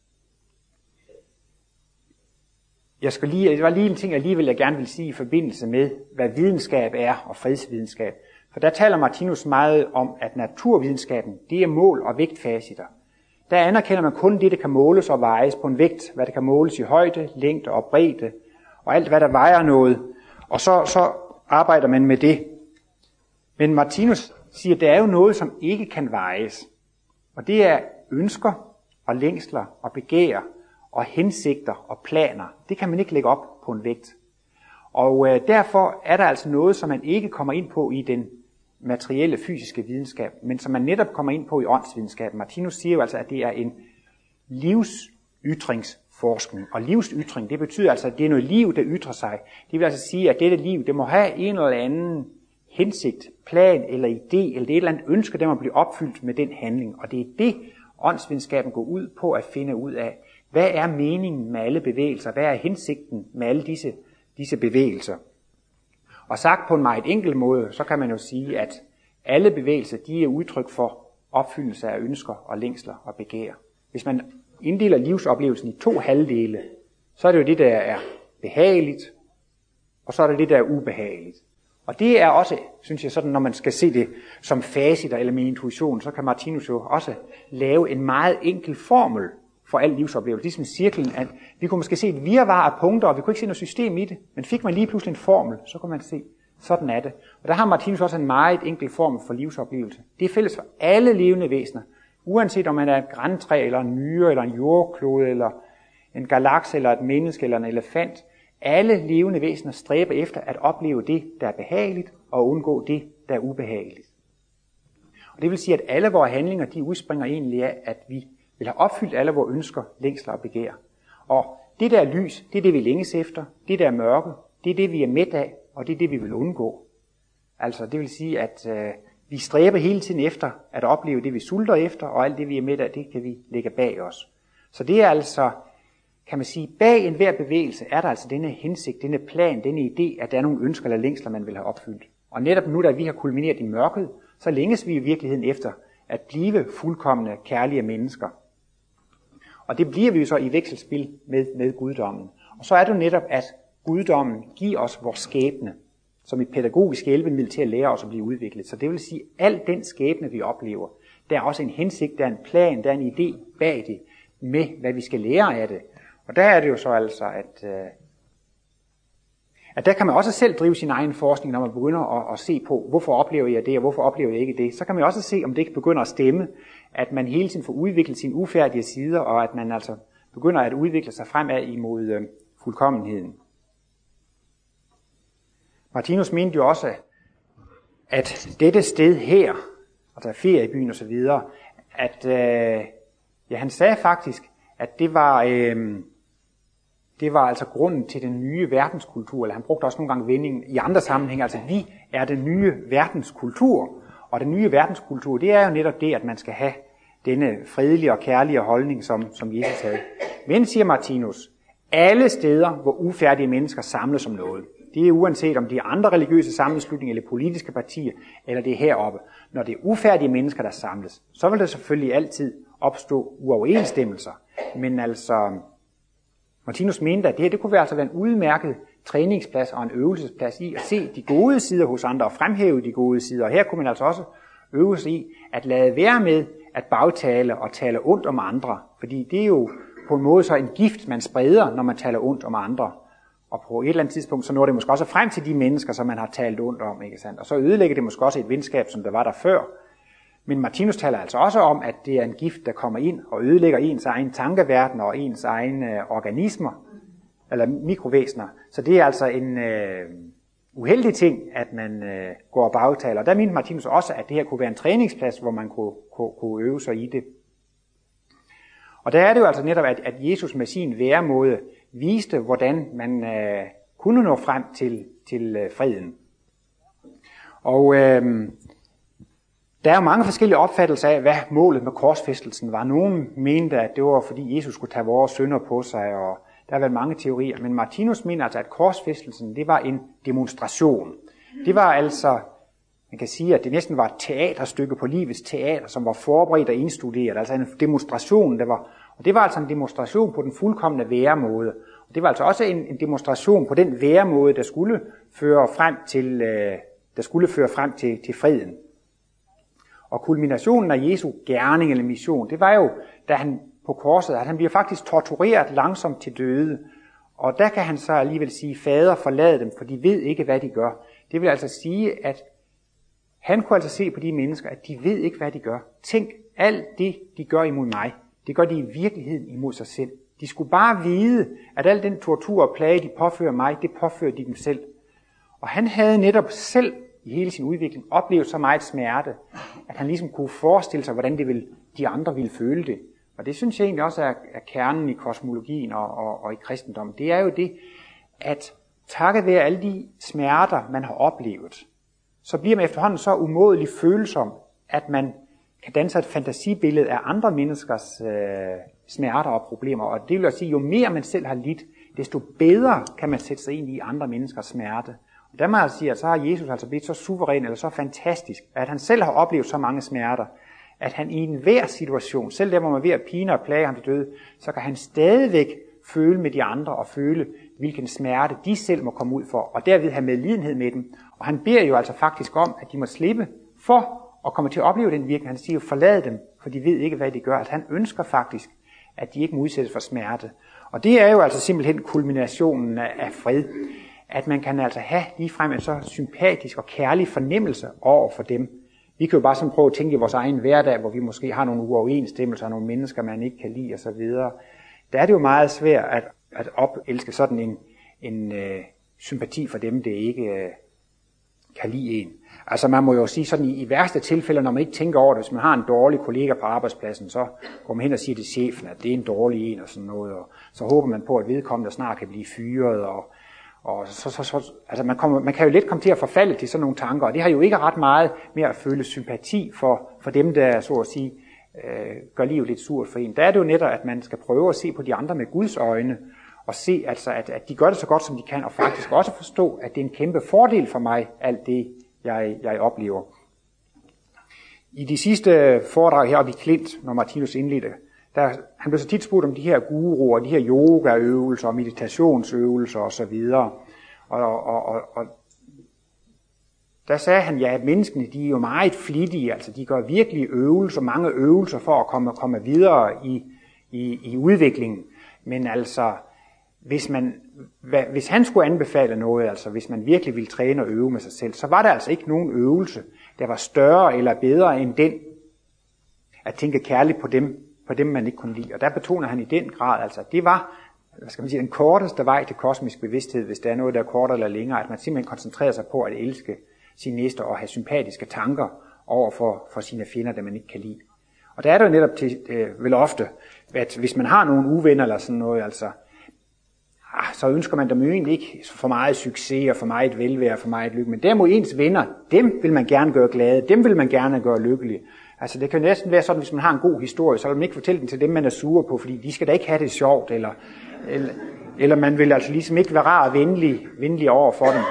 Jeg skal lige, det var lige en ting, alligevel jeg gerne vil sige i forbindelse med, hvad videnskab er og fredsvidenskab. For der taler Martinus meget om, at naturvidenskaben, det er mål og vægtfaciter. Der anerkender man kun det, der kan måles og vejes på en vægt, hvad der kan måles i højde, længde og bredde, og alt hvad der vejer noget. Og så, så arbejder man med det. Men Martinus siger, at der er jo noget, som ikke kan vejes. Og det er ønsker og længsler og begær og hensigter og planer. Det kan man ikke lægge op på en vægt. Og øh, derfor er der altså noget, som man ikke kommer ind på i den materielle fysiske videnskab, men som man netop kommer ind på i åndsvidenskaben. Martinus siger jo altså, at det er en livsytringsforskning. Og livsytring, det betyder altså, at det er noget liv, der ytrer sig. Det vil altså sige, at dette liv, det må have en eller anden hensigt, plan eller idé, eller det er et eller andet ønske, der må blive opfyldt med den handling. Og det er det, åndsvidenskaben går ud på at finde ud af. Hvad er meningen med alle bevægelser? Hvad er hensigten med alle disse, disse bevægelser? Og sagt på en meget enkel måde, så kan man jo sige, at alle bevægelser, de er udtryk for opfyldelse af ønsker og længsler og begær. Hvis man inddeler livsoplevelsen i to halvdele, så er det jo det, der er behageligt, og så er det det, der er ubehageligt. Og det er også, synes jeg, sådan, når man skal se det som facit eller med intuition, så kan Martinus jo også lave en meget enkel formel for al livsoplevelse. Ligesom cirklen, at vi kunne måske se et virvar af punkter, og vi kunne ikke se noget system i det, men fik man lige pludselig en formel, så kunne man se, sådan er det. Og der har Martinus også en meget enkel formel for livsoplevelse. Det er fælles for alle levende væsener, uanset om man er et grantræ, eller en myre, eller en jordklode, eller en galaks, eller et menneske, eller en elefant. Alle levende væsener stræber efter at opleve det, der er behageligt, og undgå det, der er ubehageligt. Og det vil sige, at alle vores handlinger, de udspringer egentlig af, at vi vil have opfyldt alle vores ønsker, længsler og begær. Og det der lys, det er det, vi længes efter. Det der mørke, det er det, vi er mæt af, og det er det, vi vil undgå. Altså, det vil sige, at øh, vi stræber hele tiden efter at opleve det, vi sulter efter, og alt det, vi er mæt af, det kan vi lægge bag os. Så det er altså, kan man sige, bag enhver bevægelse er der altså denne hensigt, denne plan, denne idé, at der er nogle ønsker eller længsler, man vil have opfyldt. Og netop nu, da vi har kulmineret i mørket, så længes vi i virkeligheden efter at blive fuldkomne, kærlige mennesker. Og det bliver vi jo så i vekselspil med, med guddommen. Og så er det jo netop, at guddommen giver os vores skæbne, som et pædagogisk hjælpemiddel til at lære os at blive udviklet. Så det vil sige, at al den skæbne, vi oplever, der er også en hensigt, der er en plan, der er en idé bag det, med hvad vi skal lære af det. Og der er det jo så altså, at, øh, at der kan man også selv drive sin egen forskning, når man begynder at, at se på, hvorfor oplever jeg det, og hvorfor oplever jeg ikke det. Så kan man også se, om det ikke begynder at stemme, at man hele tiden får udviklet sine ufærdige sider, og at man altså begynder at udvikle sig fremad imod øh, fuldkommenheden. Martinus mente jo også, at dette sted her, altså feriebyen og så videre, at øh, ja, han sagde faktisk, at det var, øh, det var altså grunden til den nye verdenskultur, eller han brugte også nogle gange vendingen i andre sammenhænge, altså vi er den nye verdenskultur, og den nye verdenskultur, det er jo netop det, at man skal have denne fredelige og kærlige holdning, som, som Jesus havde. Men, siger Martinus, alle steder, hvor ufærdige mennesker samles om noget, det er uanset om det er andre religiøse sammenslutninger eller politiske partier, eller det er heroppe. Når det er ufærdige mennesker, der samles, så vil der selvfølgelig altid opstå uoverensstemmelser. Men altså, Martinus mente, at det her det kunne være, altså være en udmærket træningsplads og en øvelsesplads i at se de gode sider hos andre og fremhæve de gode sider. Og her kunne man altså også øve sig i at lade være med at bagtale og tale ondt om andre. Fordi det er jo på en måde så en gift, man spreder, når man taler ondt om andre. Og på et eller andet tidspunkt, så når det måske også frem til de mennesker, som man har talt ondt om, ikke sandt? Og så ødelægger det måske også et venskab, som der var der før. Men Martinus taler altså også om, at det er en gift, der kommer ind og ødelægger ens egen tankeverden og ens egne organismer, eller mikrovæsener. Så det er altså en øh, uheldig ting, at man øh, går og bagtaler. Og der mente Martinus også, at det her kunne være en træningsplads, hvor man kunne, kunne, kunne øve sig i det. Og der er det jo altså netop, at, at Jesus med sin væremåde viste, hvordan man øh, kunne nå frem til, til øh, freden. Og øh, der er jo mange forskellige opfattelser af, hvad målet med korsfæstelsen var. Nogen mente, at det var, fordi Jesus skulle tage vores synder på sig, og der har været mange teorier. Men Martinus mener altså, at korsfæstelsen, det var en demonstration. Det var altså, man kan sige, at det næsten var et teaterstykke på livets teater, som var forberedt og indstuderet. Altså en demonstration, der var, og det var altså en demonstration på den fuldkomne væremåde. Og det var altså også en, en demonstration på den væremåde, der skulle føre frem til, øh, der skulle føre frem til, til freden. Og kulminationen af Jesu gerning eller mission, det var jo, da han på korset, at han bliver faktisk tortureret langsomt til døde. Og der kan han så alligevel sige, fader, forlad dem, for de ved ikke, hvad de gør. Det vil altså sige, at han kunne altså se på de mennesker, at de ved ikke, hvad de gør. Tænk, alt det, de gør imod mig, det gør de i virkeligheden imod sig selv. De skulle bare vide, at al den tortur og plage, de påfører mig, det påfører de dem selv. Og han havde netop selv i hele sin udvikling oplevet så meget smerte, at han ligesom kunne forestille sig, hvordan det ville, de andre ville føle det. Og det synes jeg egentlig også er, er kernen i kosmologien og, og, og i kristendommen. Det er jo det, at takket være alle de smerter, man har oplevet, så bliver man efterhånden så umådelig følsom, at man kan danse et fantasibillede af andre menneskers øh, smerter og problemer. Og det vil altså sige, jo mere man selv har lidt, desto bedre kan man sætte sig ind i andre menneskers smerte. Og der må jeg sige, at så har Jesus altså blivet så suveræn eller så fantastisk, at han selv har oplevet så mange smerter, at han i enhver situation, selv der hvor man er ved at pine og plage ham til døde, så kan han stadigvæk føle med de andre og føle, hvilken smerte de selv må komme ud for, og derved have medlidenhed med dem. Og han beder jo altså faktisk om, at de må slippe for at komme til at opleve den virkning. Han siger jo, forlad dem, for de ved ikke, hvad de gør. Altså han ønsker faktisk, at de ikke må udsættes for smerte. Og det er jo altså simpelthen kulminationen af fred, at man kan altså have ligefrem en så sympatisk og kærlig fornemmelse over for dem. Vi kan jo bare sådan prøve at tænke i vores egen hverdag, hvor vi måske har nogle uoverensstemmelser, nogle mennesker, man ikke kan lide osv. Der er det jo meget svært at, at opelske sådan en, en øh, sympati for dem, det ikke øh, kan lide en. Altså man må jo sige sådan, i, i værste tilfælde, når man ikke tænker over det, hvis man har en dårlig kollega på arbejdspladsen, så går man hen og siger til chefen, at det er en dårlig en og sådan noget, og så håber man på, at vedkommende snart kan blive fyret, og, og så, så, så, altså man, kommer, man kan jo let komme til at forfalde til sådan nogle tanker, og det har jo ikke ret meget med at føle sympati for, for dem, der så at sige, øh, gør livet lidt surt for en. Der er det jo netop, at man skal prøve at se på de andre med Guds øjne, og se altså, at, at de gør det så godt, som de kan, og faktisk også forstå, at det er en kæmpe fordel for mig, alt det, jeg, jeg oplever. I de sidste foredrag heroppe i Klint, når Martinus indledte, der, han blev så tit spurgt om de her guruer, de her yogaøvelser, meditationsøvelser osv. Og, og, og, og, og der sagde han, ja, at menneskene, de er jo meget flittige, altså de gør virkelig øvelser, mange øvelser for at komme, komme videre i, i, i udviklingen. Men altså, hvis, man, hvis han skulle anbefale noget, altså hvis man virkelig ville træne og øve med sig selv, så var der altså ikke nogen øvelse, der var større eller bedre end den, at tænke kærligt på dem, på dem man ikke kunne lide. Og der betoner han i den grad, altså at det var, hvad skal man sige, den korteste vej til kosmisk bevidsthed, hvis der er noget, der er kortere eller længere, at man simpelthen koncentrerer sig på at elske sin næste og have sympatiske tanker over for, for sine fjender, der man ikke kan lide. Og der er det jo netop til, øh, vel ofte, at hvis man har nogle uvenner eller sådan noget, altså, ah, så ønsker man dem jo egentlig ikke for meget succes og for meget velvære og for meget lykke, men derimod ens venner, dem vil man gerne gøre glade, dem vil man gerne gøre lykkelige. Altså det kan jo næsten være sådan, hvis man har en god historie, så vil man ikke fortælle den til dem, man er sure på, fordi de skal da ikke have det sjovt, eller, eller, eller man vil altså ligesom ikke være rar og venlig, venlig over for dem.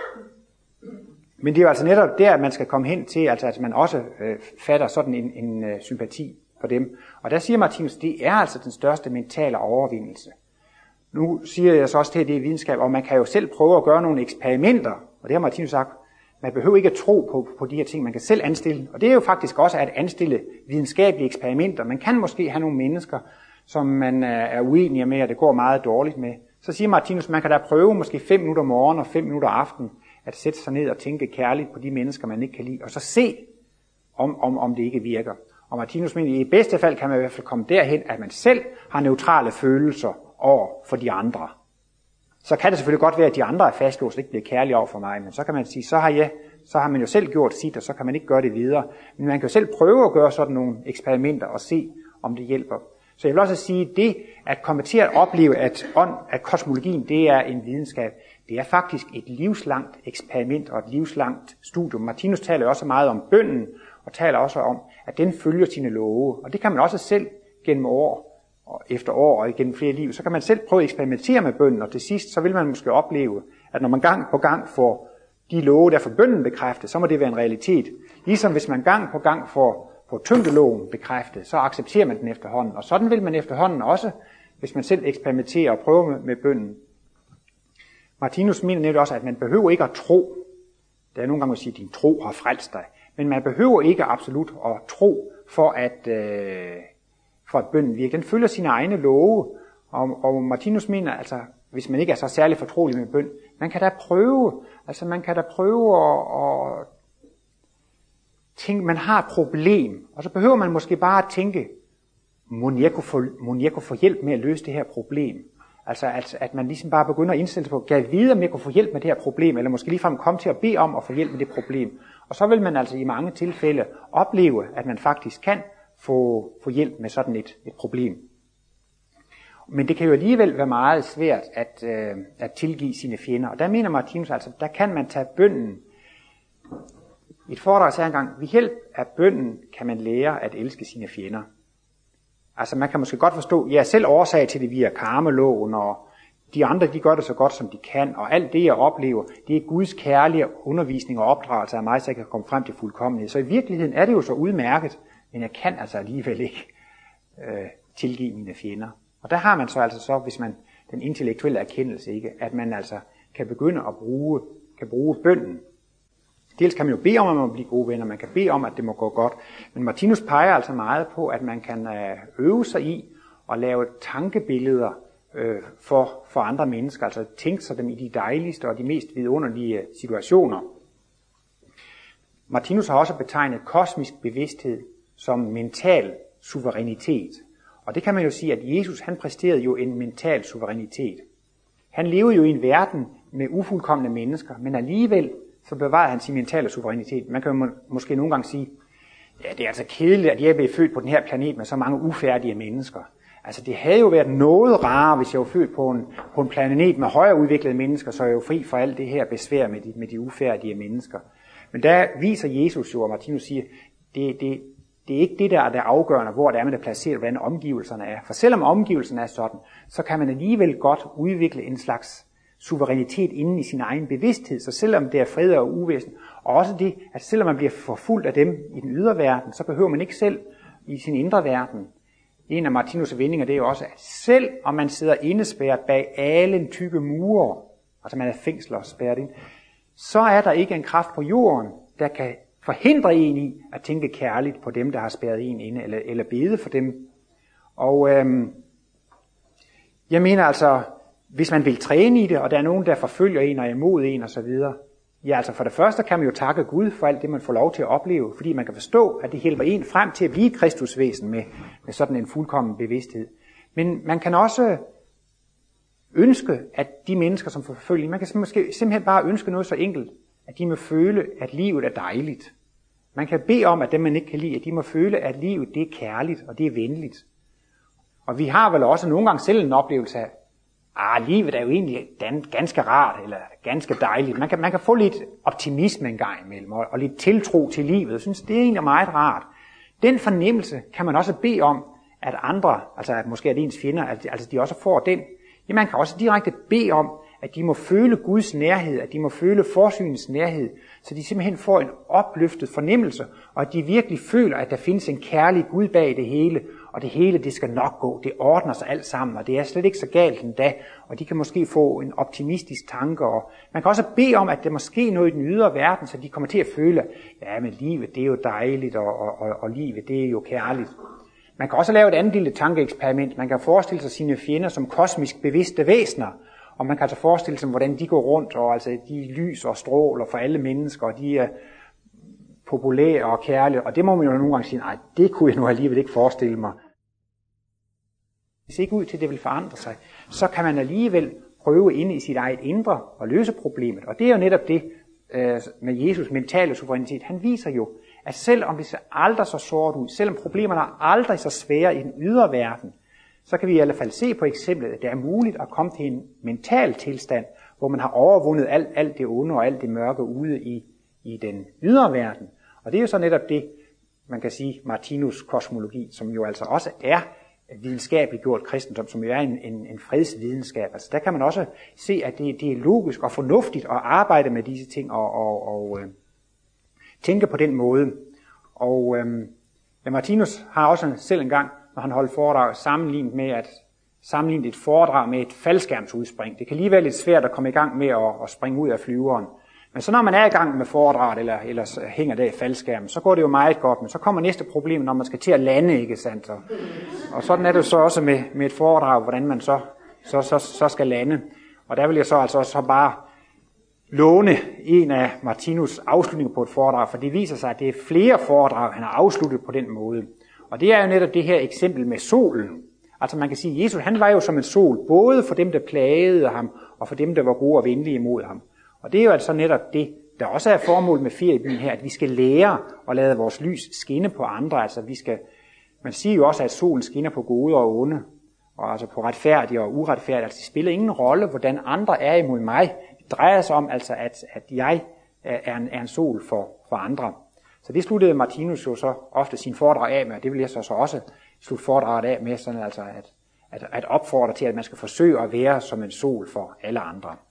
Men det er jo altså netop der, man skal komme hen til, altså at man også øh, fatter sådan en, en øh, sympati for dem. Og der siger Martinus, det er altså den største mentale overvindelse. Nu siger jeg så også til, at det er videnskab, og man kan jo selv prøve at gøre nogle eksperimenter, og det har Martinus sagt, man behøver ikke at tro på, på de her ting, man kan selv anstille. Og det er jo faktisk også at anstille videnskabelige eksperimenter. Man kan måske have nogle mennesker, som man er uenige med, og det går meget dårligt med. Så siger Martinus, man kan da prøve måske fem minutter morgen og fem minutter aften, at sætte sig ned og tænke kærligt på de mennesker, man ikke kan lide, og så se, om, om, om det ikke virker. Og Martinus mener, at i bedste fald kan man i hvert fald komme derhen, at man selv har neutrale følelser over for de andre. Så kan det selvfølgelig godt være, at de andre er fastlåst og ikke bliver kærlige over for mig, men så kan man sige, så har, jeg, så har man jo selv gjort sit, og så kan man ikke gøre det videre. Men man kan jo selv prøve at gøre sådan nogle eksperimenter og se, om det hjælper. Så jeg vil også sige, at det at komme til at opleve, at, ånd, at kosmologien det er en videnskab, det er faktisk et livslangt eksperiment og et livslangt studium. Martinus taler også meget om bønnen, og taler også om, at den følger sine love. Og det kan man også selv gennem år, og efter år og gennem flere liv, så kan man selv prøve at eksperimentere med bønnen, og til sidst, så vil man måske opleve, at når man gang på gang får de love, der får bønnen bekræftet, så må det være en realitet. Ligesom hvis man gang på gang får, får tyngdeloven bekræftet, så accepterer man den efterhånden. Og sådan vil man efterhånden også, hvis man selv eksperimenterer og prøver med, med bønnen. Martinus mener netop også, at man behøver ikke at tro. Der er nogle gange at sige, at din tro har frelst dig. Men man behøver ikke absolut at tro, for at, øh, for at bønnen virker. Den følger sine egne love. Og, og Martinus mener, altså, hvis man ikke er så særlig fortrolig med bøn, man kan da prøve, altså man kan da prøve at, at tænke, man har et problem, og så behøver man måske bare at tænke, må jeg kunne få, må jeg kunne få hjælp med at løse det her problem? Altså at, at man ligesom bare begynder at indstille sig på, kan jeg vide, om jeg kunne få hjælp med det her problem, eller måske ligefrem komme til at bede om at få hjælp med det problem. Og så vil man altså i mange tilfælde opleve, at man faktisk kan få, få hjælp med sådan et, et problem. Men det kan jo alligevel være meget svært at, øh, at tilgive sine fjender. Og der mener Martinus altså, der kan man tage bønnen. I et foredrag sagde engang, ved hjælp af bønnen kan man lære at elske sine fjender. Altså man kan måske godt forstå, jeg er selv årsag til det via karmeloven, og de andre de gør det så godt som de kan, og alt det jeg oplever, det er Guds kærlige undervisning og opdragelse af mig, så jeg kan komme frem til fuldkommenhed. Så i virkeligheden er det jo så udmærket, men jeg kan altså alligevel ikke øh, tilgive mine fjender. Og der har man så altså så, hvis man den intellektuelle erkendelse, ikke, at man altså kan begynde at bruge, kan bruge bønnen. Dels kan man jo bede om, at man må blive gode venner, man kan bede om, at det må gå godt. Men Martinus peger altså meget på, at man kan øve sig i at lave tankebilleder øh, for, for andre mennesker, altså tænke sig dem i de dejligste og de mest vidunderlige situationer. Martinus har også betegnet kosmisk bevidsthed som mental suverænitet. Og det kan man jo sige, at Jesus han præsterede jo en mental suverænitet. Han levede jo i en verden med ufuldkomne mennesker, men alligevel så bevarede han sin mentale suverænitet. Man kan jo må, måske nogle gange sige, ja, det er altså kedeligt, at jeg blev født på den her planet med så mange ufærdige mennesker. Altså det havde jo været noget rarere, hvis jeg var født på en, på en planet med højere udviklede mennesker, så er jeg jo fri for alt det her besvær med de, med de ufærdige mennesker. Men der viser Jesus jo, og Martinus siger, det, det, det er ikke det, der er det afgørende, hvor det er, man er placeret, hvordan omgivelserne er. For selvom omgivelserne er sådan, så kan man alligevel godt udvikle en slags suverænitet inden i sin egen bevidsthed. Så selvom det er fred og uvæsen, og også det, at selvom man bliver forfulgt af dem i den ydre verden, så behøver man ikke selv i sin indre verden. En af Martinus' vendinger, det er jo også, at selv om man sidder indespærret bag alle tykke mure, altså man er fængsler og spærret ind, så er der ikke en kraft på jorden, der kan forhindre en i at tænke kærligt på dem, der har spærret en inde, eller, eller bede for dem. Og øhm, jeg mener altså, hvis man vil træne i det, og der er nogen, der forfølger en og er imod en osv., ja, altså for det første kan man jo takke Gud for alt det, man får lov til at opleve, fordi man kan forstå, at det hjælper en frem til at blive Kristusvæsen med, med sådan en fuldkommen bevidsthed. Men man kan også ønske, at de mennesker, som forfølger, man kan måske simpelthen bare ønske noget så enkelt, at de må føle, at livet er dejligt. Man kan bede om, at dem, man ikke kan lide, at de må føle, at livet det er kærligt, og det er venligt. Og vi har vel også nogle gange selv en oplevelse af, ah, livet er jo egentlig ganske rart, eller ganske dejligt. Man kan, man kan få lidt optimisme en gang imellem, og, og lidt tiltro til livet. Jeg synes, det er egentlig meget rart. Den fornemmelse kan man også bede om, at andre, altså at måske at ens fjender, at, altså de også får den. Ja, man kan også direkte bede om, at de må føle Guds nærhed, at de må føle forsynets nærhed, så de simpelthen får en opløftet fornemmelse, og at de virkelig føler, at der findes en kærlig Gud bag det hele, og det hele, det skal nok gå, det ordner sig alt sammen, og det er slet ikke så galt endda, og de kan måske få en optimistisk tanke, og man kan også bede om, at der måske noget i den ydre verden, så de kommer til at føle, ja, men livet, det er jo dejligt, og, og, og, og livet, det er jo kærligt. Man kan også lave et andet lille tankeeksperiment. Man kan forestille sig sine fjender som kosmisk bevidste væsener, og man kan altså forestille sig, hvordan de går rundt, og altså de lys og stråler for alle mennesker, og de er populære og kærlige, og det må man jo nogle gange sige, nej, det kunne jeg nu alligevel ikke forestille mig. Hvis det ikke ud til, at det vil forandre sig, så kan man alligevel prøve inde i sit eget indre og løse problemet. Og det er jo netop det øh, med Jesus mentale suverænitet. Han viser jo, at selvom det ser aldrig så sort ud, selvom problemerne er aldrig så svære i den ydre verden, så kan vi i hvert fald se på eksemplet, at det er muligt at komme til en mental tilstand, hvor man har overvundet alt, alt det onde og alt det mørke ude i, i den ydre verden. Og det er jo så netop det, man kan sige, Martinus kosmologi, som jo altså også er videnskabeligt gjort kristendom, som jo er en, en, en fredsvidenskab. Altså der kan man også se, at det, det er logisk og fornuftigt at arbejde med disse ting og, og, og øh, tænke på den måde. Og øh, ja, Martinus har også selv en gang, når han holdt foredrag, sammenlignet med at sammenligne et foredrag med et faldskærmsudspring. Det kan lige være lidt svært at komme i gang med at, at springe ud af flyveren. Men så når man er i gang med foredraget, eller, eller hænger der i faldskærmen, så går det jo meget godt. Men så kommer næste problem, når man skal til at lande, ikke sandt? Og, og sådan er det så også med, med et foredrag, hvordan man så, så, så, så skal lande. Og der vil jeg så altså så bare låne en af Martinus' afslutninger på et foredrag, for det viser sig, at det er flere foredrag, han har afsluttet på den måde. Og det er jo netop det her eksempel med solen. Altså man kan sige, at Jesus han var jo som en sol, både for dem, der plagede ham, og for dem, der var gode og venlige imod ham. Og det er jo altså netop det, der også er formål med feriebyen her, at vi skal lære at lade vores lys skinne på andre. Altså vi skal, man siger jo også, at solen skinner på gode og onde, og altså på retfærdige og uretfærdige. Altså det spiller ingen rolle, hvordan andre er imod mig. Det drejer sig om, altså, at, at jeg er en, er en sol for, for andre. Så det sluttede Martinus jo så ofte sin foredrag af med, og det vil jeg så, så også slutte foredraget af med, sådan altså at, at, at opfordre til, at man skal forsøge at være som en sol for alle andre.